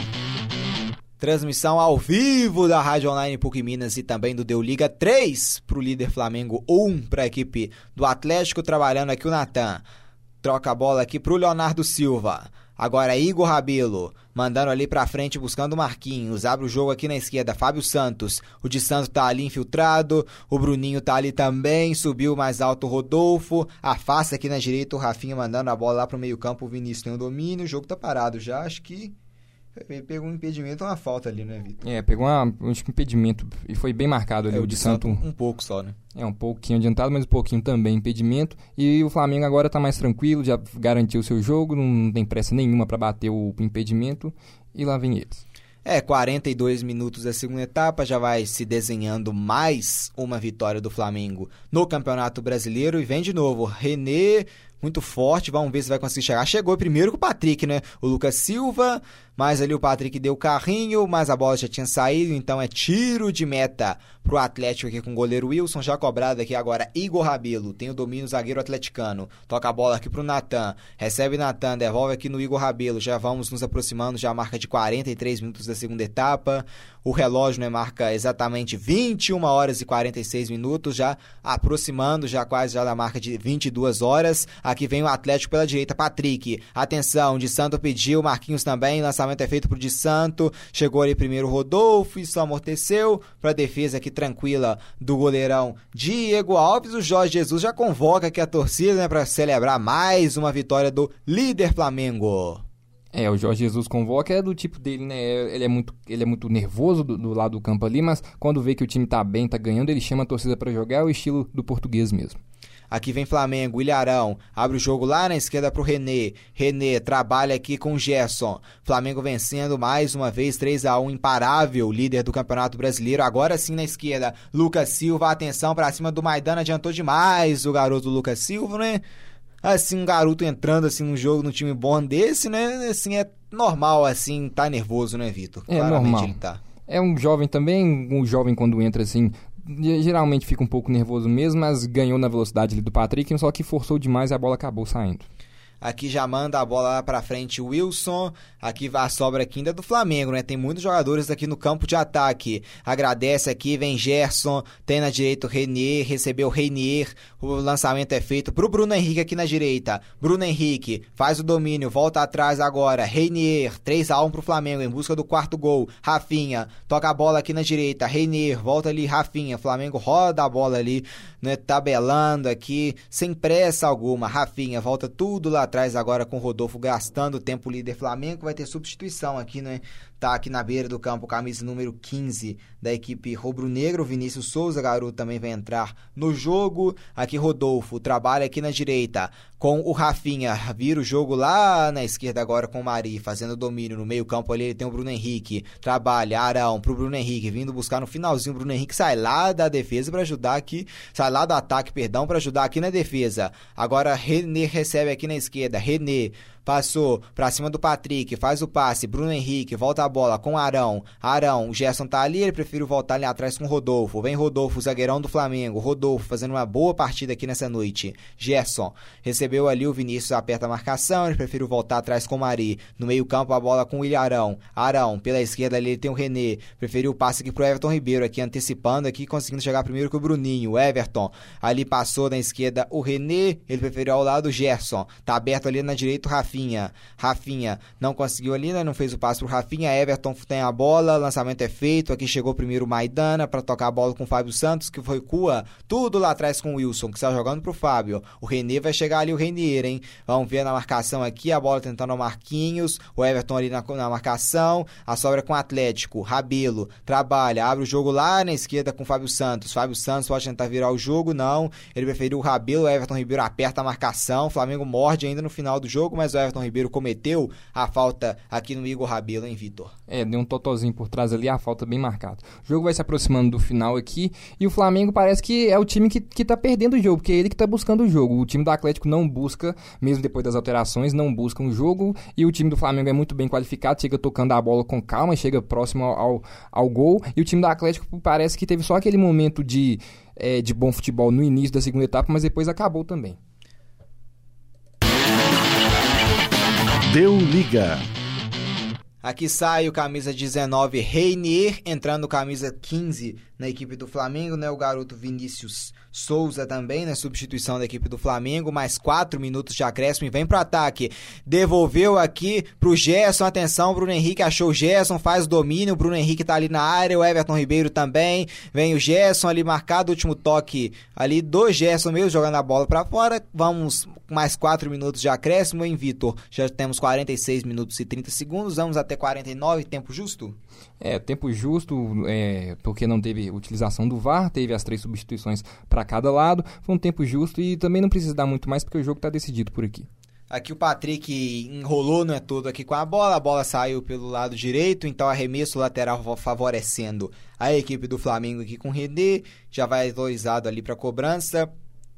Transmissão ao vivo da Rádio Online P U C Minas e também do Deu Liga, três para o líder Flamengo, um para a equipe do Atlético, trabalhando aqui o Natan. Troca a bola aqui para o Leonardo Silva. Agora Igor Rabelo, mandando ali pra frente, buscando o Marquinhos. Abre o jogo aqui na esquerda, Fábio Santos. O de Santos tá ali infiltrado. O Bruninho tá ali também. Subiu mais alto o Rodolfo. Afasta aqui na direita o Rafinha, mandando a bola lá pro meio campo. O Vinícius tem o domínio. O jogo tá parado já. Acho que ele pegou um impedimento ou uma falta ali, né, Vitor? É, pegou uma, um impedimento e foi bem marcado ali. É, o de Santos um, um pouco só, né? É, um pouquinho adiantado, mas um pouquinho também impedimento. E o Flamengo agora tá mais tranquilo, já garantiu o seu jogo, não tem pressa nenhuma para bater o impedimento. E lá vem eles. É, quarenta e dois minutos da segunda etapa, já vai se desenhando mais uma vitória do Flamengo no Campeonato Brasileiro. E vem de novo, René, muito forte, vamos ver se vai conseguir chegar. Chegou primeiro com o Patrick, né? O Lucas Silva, mas ali o Patrick deu o carrinho, mas a bola já tinha saído, então é tiro de meta pro Atlético aqui com o goleiro Wilson, já cobrado aqui agora Igor Rabelo, tem o domínio zagueiro atleticano, toca a bola aqui pro Natan, recebe Natan, devolve aqui no Igor Rabelo, já vamos nos aproximando, já marca de quarenta e três minutos da segunda etapa, o relógio, né, marca exatamente vinte e uma horas e quarenta e seis minutos, já aproximando, já quase já da marca de vinte e duas horas, aqui vem o Atlético pela direita, Patrick, atenção, de Santo pediu, Marquinhos também, lançamento é feito pro de Santo, chegou ali primeiro o Rodolfo e só amorteceu pra defesa aqui tranquila do goleirão Diego Alves. O Jorge Jesus já convoca aqui a torcida, né, pra celebrar mais uma vitória do líder Flamengo. É, o Jorge Jesus convoca, é do tipo dele, né? Ele é muito, ele é muito nervoso do, do lado do campo ali, mas quando vê que o time tá bem, tá ganhando, ele chama a torcida pra jogar, é o estilo do português mesmo. Aqui vem Flamengo, Ilharão, abre o jogo lá na esquerda pro René. René trabalha aqui com o Gerson. Flamengo vencendo mais uma vez, três a um, imparável, líder do Campeonato Brasileiro. Agora sim na esquerda, Lucas Silva, atenção pra cima do Maidana, adiantou demais o garoto Lucas Silva, né? Assim, um garoto entrando assim num jogo, num time bom desse, né? Assim, é normal, assim, tá nervoso, né, Vitor? É Claramente normal. Ele tá. É um jovem também, um jovem quando entra assim, geralmente fica um pouco nervoso mesmo, mas ganhou na velocidade ali do Patrick, só que forçou demais e a bola acabou saindo. Aqui já manda a bola lá pra frente o Wilson. Aqui vai a sobra aqui ainda do Flamengo, né? Tem muitos jogadores aqui no campo de ataque. Agradece aqui, vem Gerson. Tem na direita o Reinier, recebeu o Reinier. O lançamento é feito pro Bruno Henrique aqui na direita. Bruno Henrique faz o domínio, volta atrás agora. Reinier, três a um pro Flamengo em busca do quarto gol. Rafinha, toca a bola aqui na direita. Reinier, volta ali, Rafinha. Flamengo roda a bola ali, né? Tabelando aqui, sem pressa alguma. Rafinha, volta tudo lá atrás agora com o Rodolfo gastando o tempo líder Flamengo. Vai ter substituição aqui, né? Tá aqui na beira do campo, camisa número quinze da equipe rubro-negro. Vinícius Souza, garoto, também vai entrar no jogo. Aqui Rodolfo trabalha aqui na direita com o Rafinha. Vira o jogo lá na esquerda agora com o Mari, fazendo domínio no meio campo ali. Ele tem o Bruno Henrique. Trabalha, Arão pro Bruno Henrique, vindo buscar no finalzinho. O Bruno Henrique sai lá da defesa para ajudar aqui. Sai lá do ataque, perdão, para ajudar aqui na defesa. Agora René recebe aqui na esquerda. René passou pra cima do Patrick, faz o passe, Bruno Henrique, volta a bola com Arão, Arão, o Gerson tá ali, ele preferiu voltar ali atrás com o Rodolfo, vem Rodolfo, zagueirão do Flamengo, Rodolfo fazendo uma boa partida aqui nessa noite, Gerson, recebeu ali o Vinícius, aperta a marcação, ele preferiu voltar atrás com o Mari, no meio campo a bola com o William Arão, Arão, pela esquerda ali ele tem o René, preferiu o passe aqui pro Everton Ribeiro, aqui antecipando aqui, conseguindo chegar primeiro que o Bruninho, o Everton, ali passou na esquerda o René, ele preferiu ao lado o Gerson, tá aberto ali na direita o Rafinha, Rafinha, Rafinha não conseguiu ali, né? Não fez o passe pro Rafinha, Everton tem a bola, lançamento é feito, aqui chegou primeiro o Maidana para tocar a bola com o Fábio Santos, que foi cua, tudo lá atrás com o Wilson, que está jogando pro Fábio, o René vai chegar ali, o Renier, hein? Vamos ver na marcação aqui, a bola tentando o Marquinhos, o Everton ali na, na marcação, a sobra com o Atlético, Rabelo, trabalha, abre o jogo lá na esquerda com o Fábio Santos, Fábio Santos pode tentar virar o jogo, não, ele preferiu o Rabelo, o Everton Ribeiro aperta a marcação, o Flamengo morde ainda no final do jogo, mas o Everton Ribeiro cometeu a falta aqui no Igor Rabelo, hein, Vitor? É, deu um totozinho por trás ali, a falta bem marcada. O jogo vai se aproximando do final aqui, e o Flamengo parece que é o time que, que tá perdendo o jogo, porque é ele que tá buscando o jogo. O time do Atlético não busca, mesmo depois das alterações, não busca um jogo, e o time do Flamengo é muito bem qualificado, chega tocando a bola com calma, chega próximo ao, ao, ao gol, e o time do Atlético parece que teve só aquele momento de, é, de bom futebol no início da segunda etapa, mas depois acabou também. Deu liga. Aqui sai o camisa dezenove, Reinier, entrando camisa quinze na equipe do Flamengo, né? O garoto Vinícius Souza também, na substituição da equipe do Flamengo, mais quatro minutos de acréscimo e vem pro ataque. Devolveu aqui pro Gerson, atenção, Bruno Henrique achou o Gerson, faz o domínio, o Bruno Henrique tá ali na área, o Everton Ribeiro também, vem o Gerson ali marcado, último toque ali do Gerson mesmo, jogando a bola pra fora. Vamos mais quatro minutos de acréscimo, hein, Vitor? Já temos quarenta e seis minutos e trinta segundos, vamos até quarenta e nove, tempo justo? É, tempo justo, é, porque não teve utilização do V A R, teve as três substituições para cada lado, foi um tempo justo e também não precisa dar muito mais porque o jogo está decidido por aqui. Aqui o Patrick enrolou, não é todo aqui com a bola, a bola saiu pelo lado direito, então arremesso lateral favorecendo a equipe do Flamengo aqui com o René, já vai autorizado ali para cobrança,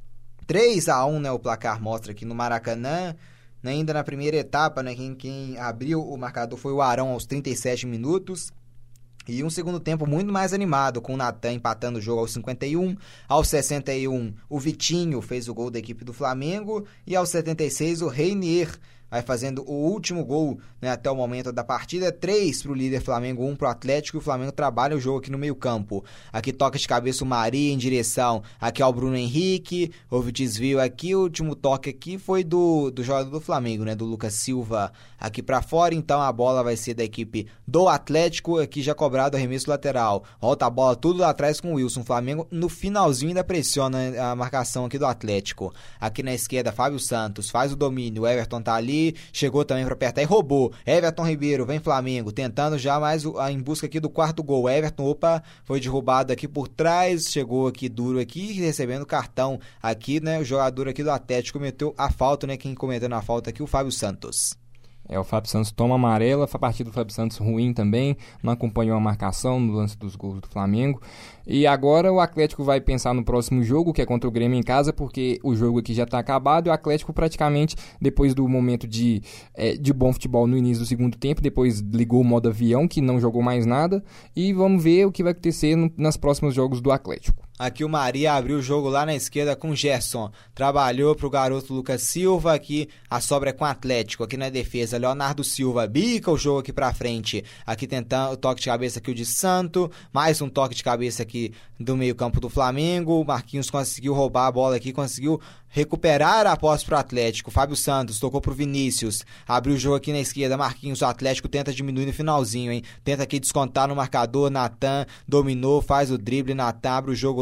três a um, né, o placar mostra aqui no Maracanã. Ainda na primeira etapa, né, quem, quem abriu o marcador foi o Arão aos trinta e sete minutos. E um segundo tempo muito mais animado, com o Natan empatando o jogo aos cinquenta e um. Aos sessenta e um, o Vitinho fez o gol da equipe do Flamengo. E aos setenta e seis, o Reinier vai fazendo o último gol, né, até o momento da partida. Três para o líder Flamengo, um para o Atlético. E o Flamengo trabalha o jogo aqui no meio campo. Aqui toca de cabeça o Mari em direção aqui ao Bruno Henrique. Houve desvio aqui. O último toque aqui foi do, do jogador do Flamengo, né, do Lucas Silva aqui para fora. Então a bola vai ser da equipe do Atlético. Aqui já cobrado arremesso lateral. Volta a bola tudo lá atrás com o Wilson. O Flamengo no finalzinho ainda pressiona a marcação aqui do Atlético. Aqui na esquerda, Fábio Santos faz o domínio. O Everton tá ali. Chegou também para apertar e roubou. Everton Ribeiro, vem Flamengo, tentando já mais em busca aqui do quarto gol. Everton, opa, foi derrubado aqui por trás, chegou aqui duro aqui, recebendo cartão aqui, né? O jogador aqui do Atlético cometeu a falta, né? Quem cometeu na falta aqui, o Fábio Santos. É, o Fábio Santos toma amarela, a partida do Fábio Santos ruim também, não acompanhou a marcação no lance dos gols do Flamengo. E agora o Atlético vai pensar no próximo jogo, que é contra o Grêmio em casa, porque o jogo aqui já está acabado e o Atlético praticamente, depois do momento de, é, de bom futebol no início do segundo tempo, depois ligou o modo avião, que não jogou mais nada, e vamos ver o que vai acontecer no, nos próximos jogos do Atlético. Aqui o Maria abriu o jogo lá na esquerda com o Gerson. Trabalhou pro garoto Lucas Silva. Aqui a sobra é com o Atlético. Aqui na defesa, Leonardo Silva bica o jogo aqui pra frente. Aqui tentando o toque de cabeça aqui o de Santo. Mais um toque de cabeça aqui do meio campo do Flamengo. O Marquinhos conseguiu roubar a bola aqui. Conseguiu recuperar a posse pro Atlético. Fábio Santos tocou pro Vinícius. Abriu o jogo aqui na esquerda. Marquinhos, o Atlético tenta diminuir no finalzinho, hein? Tenta aqui descontar no marcador. Natan dominou, faz o drible. Natan abre o jogo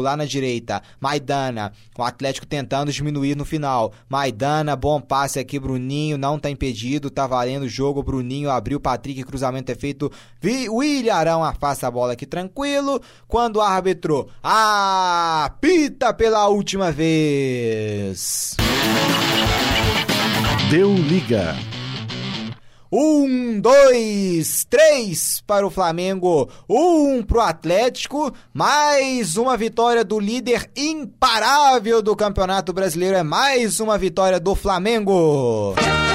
lá na direita, Maidana, o Atlético tentando diminuir no final, Maidana, bom passe aqui, Bruninho, não tá impedido, tá valendo o jogo, Bruninho abriu, Patrick, cruzamento é feito, o Ilharão afasta a bola aqui tranquilo, quando o árbitro apita pela última vez. Deu liga. Um, dois, três para o Flamengo, um pro Atlético, mais uma vitória do líder imparável do Campeonato Brasileiro, é mais uma vitória do Flamengo.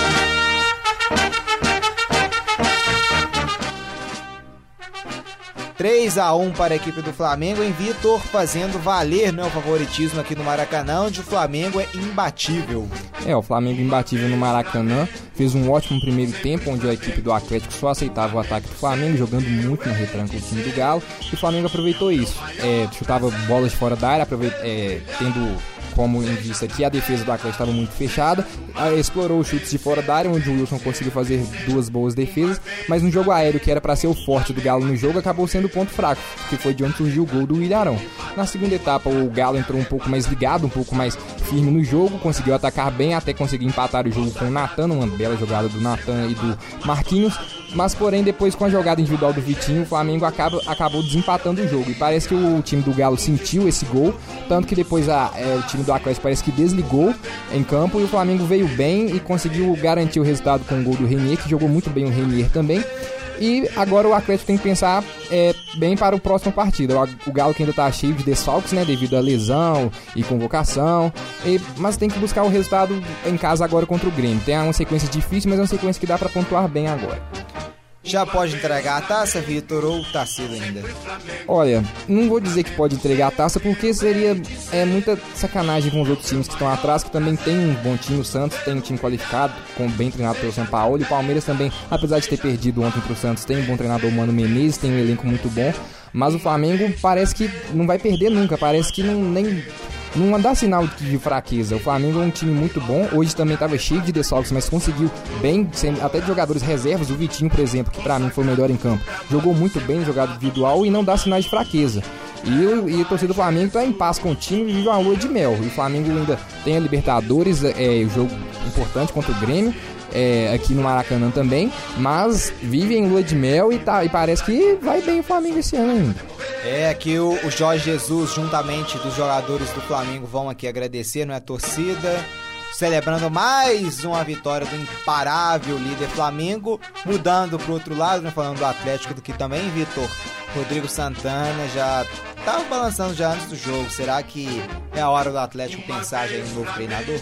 três a um para a equipe do Flamengo, em Vitor fazendo valer, né, o favoritismo aqui no Maracanã, onde o Flamengo é imbatível. É, o Flamengo imbatível no Maracanã, fez um ótimo primeiro tempo, onde a equipe do Atlético só aceitava o ataque do Flamengo, jogando muito na retranca o time do Galo, e o Flamengo aproveitou isso, é, chutava bolas de fora da área, aproveita, é, tendo como em vista que a defesa do Atlético estava muito fechada, explorou os chutes de fora da área, onde o Wilson conseguiu fazer duas boas defesas, mas no jogo aéreo, que era para ser o forte do Galo no jogo, acabou sendo o ponto fraco, que foi de onde surgiu o gol do Ilharão. Na segunda etapa, o Galo entrou um pouco mais ligado, um pouco mais firme no jogo, conseguiu atacar bem, até conseguir empatar o jogo com o Natan, uma bela jogada do Natan e do Marquinhos, mas porém depois com a jogada individual do Vitinho, o Flamengo acaba, acabou desempatando o jogo, e parece que o time do Galo sentiu esse gol, tanto que depois a, é, o time do Atlético parece que desligou em campo, e o Flamengo veio bem e conseguiu garantir o resultado com o gol do Renier, que jogou muito bem o Renier também. E agora o Atlético tem que pensar é, bem para o próximo partido. O Galo que ainda está cheio de desfalques, né, devido à lesão e convocação, e, mas tem que buscar o resultado em casa agora contra o Grêmio. Tem uma sequência difícil, mas é uma sequência que dá para pontuar bem agora. Já pode entregar a taça, Vitor, ou tá cedo ainda? Olha, não vou dizer que pode entregar a taça, porque seria é, muita sacanagem com os outros times que estão atrás, que também tem um bom time. O Santos tem um time qualificado, com, bem treinado pelo São Paulo, e o Palmeiras também, apesar de ter perdido ontem pro Santos, tem um bom treinador, Mano Menezes, tem um elenco muito bom, mas o Flamengo parece que não vai perder nunca, parece que não nem... não dá sinal de fraqueza. O Flamengo é um time muito bom. Hoje também estava cheio de desfalques, mas conseguiu bem, até de jogadores reservas. O Vitinho, por exemplo, que para mim foi o melhor em campo, jogou muito bem, jogado individual, e não dá sinais de fraqueza. E, e a torcida do Flamengo está em paz com o time e vive uma lua de mel. E o Flamengo ainda tem a Libertadores, é, o jogo importante contra o Grêmio, é, aqui no Maracanã também, mas vive em lua de mel e, tá, e parece que vai bem o Flamengo esse ano ainda. É, aqui o, o Jorge Jesus, juntamente dos jogadores do Flamengo, vão aqui agradecer, não é, a torcida, celebrando mais uma vitória do imparável líder Flamengo. Mudando pro outro lado, né, falando do Atlético, do que também, Vitor, Rodrigo Santana já estava balançando já antes do jogo. Será que é a hora do Atlético pensar já em um novo treinador?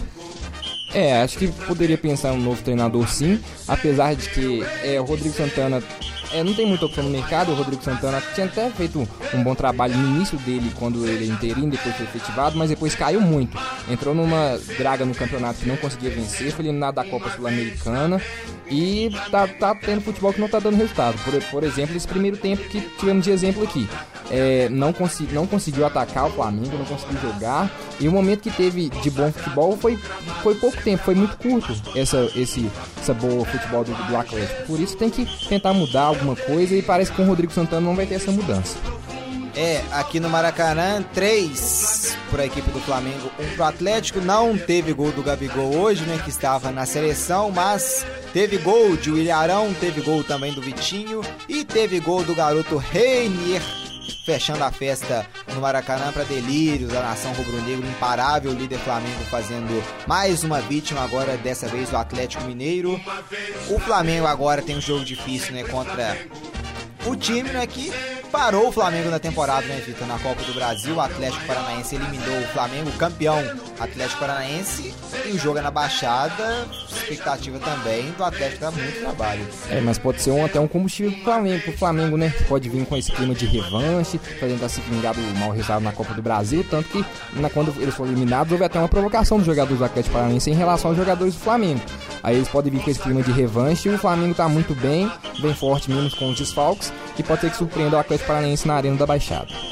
É, acho que poderia pensar em um novo treinador, sim, apesar de que é, o Rodrigo Santana é, não tem muita opção no mercado. O Rodrigo Santana tinha até feito um bom trabalho no início dele, quando ele é interino, depois foi efetivado, mas depois caiu muito. Entrou numa draga no campeonato que não conseguia vencer, foi eliminado da Copa Sul-Americana e tá, tá tendo futebol que não tá dando resultado. Por, por exemplo, esse primeiro tempo que tivemos de exemplo aqui, é, não, consi- não conseguiu atacar o Flamengo, não conseguiu jogar, e o momento que teve de bom futebol foi, foi pouco tempo, foi muito curto essa, esse, essa boa futebol do, do Atlético. Por isso tem que tentar mudar alguma coisa, e parece que com o Rodrigo Santana não vai ter essa mudança. É, aqui no Maracanã, três para a equipe do Flamengo, um pro Atlético. Não teve gol do Gabigol hoje, né, que estava na seleção, mas teve gol de Ilharão, teve gol também do Vitinho e teve gol do garoto Renier, fechando a festa no Maracanã para delírios da nação rubro-negro. Imparável líder Flamengo fazendo mais uma vítima, agora dessa vez o Atlético Mineiro. O Flamengo agora tem um jogo difícil, né, contra o time, né, que parou o Flamengo na temporada, né, Vitor? Na Copa do Brasil, o Atlético Paranaense eliminou o Flamengo, campeão Atlético Paranaense, e o jogo é na Baixada. Expectativa também do Atlético, dá muito trabalho. É, mas pode ser um, até um combustível pro Flamengo, pro Flamengo, né? Pode vir com esse clima de revanche, pra tentar se vingar do mau resultado na Copa do Brasil, tanto que na, quando eles foram eliminados, houve até uma provocação dos jogadores do Atlético Paranaense em relação aos jogadores do Flamengo. Aí eles podem vir com esse clima de revanche, e o Flamengo tá muito bem, bem forte, menos com os desfalques, e pode ser que surpreenda o Atlético Paranaense na Arena da Baixada.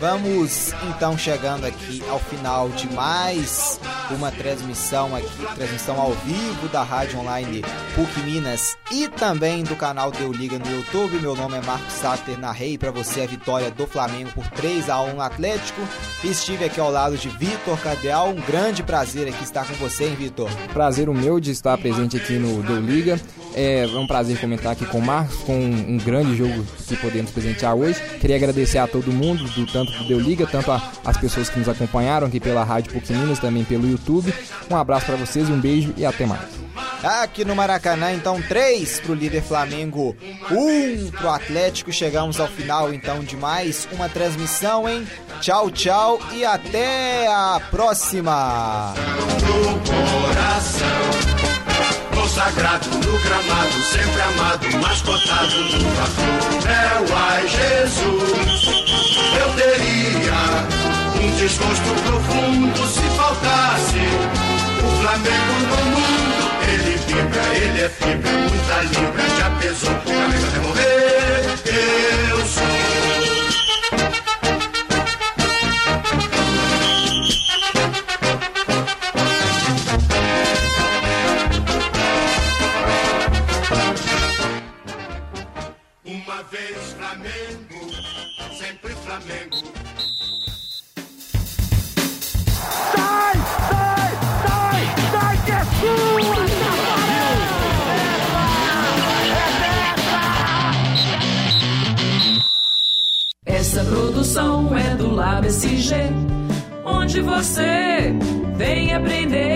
Vamos então chegando aqui ao final de mais uma transmissão aqui, transmissão ao vivo da Rádio Online P U C Minas e também do canal Deu Liga no YouTube. Meu nome é Marcos Sater, narrei para você a vitória do Flamengo por três a um no Atlético. Estive aqui ao lado de Vitor Cadeal, um grande prazer aqui estar com você, hein, Vitor? Prazer o meu de estar presente aqui no Deu Liga. É um prazer comentar aqui com o Marcos, com um grande jogo que podemos presentear hoje. Queria agradecer a todo mundo, do tanto do Deu Liga, tanto a, as pessoas que nos acompanharam aqui pela Rádio P U C Minas, também pelo YouTube. Um abraço para vocês, um beijo e até mais. Aqui no Maracanã, então, três pro líder Flamengo, um pro Atlético. Chegamos ao final, então, de mais uma transmissão, hein? Tchau, tchau e até a próxima! No coração, consagrado no gramado, sempre amado, mascotado no Fla-Flu. É o ai Jesus, eu teria um desgosto profundo se faltasse o Flamengo no mundo. Ele vibra, ele é fibra, muita libra, já pesou, Flamengo até morrer, eu sou. Uma vez Flamengo, sempre Flamengo. Sai, sai, sai, sai que é sua! Essa produção é do Lab S G, onde você vem aprender.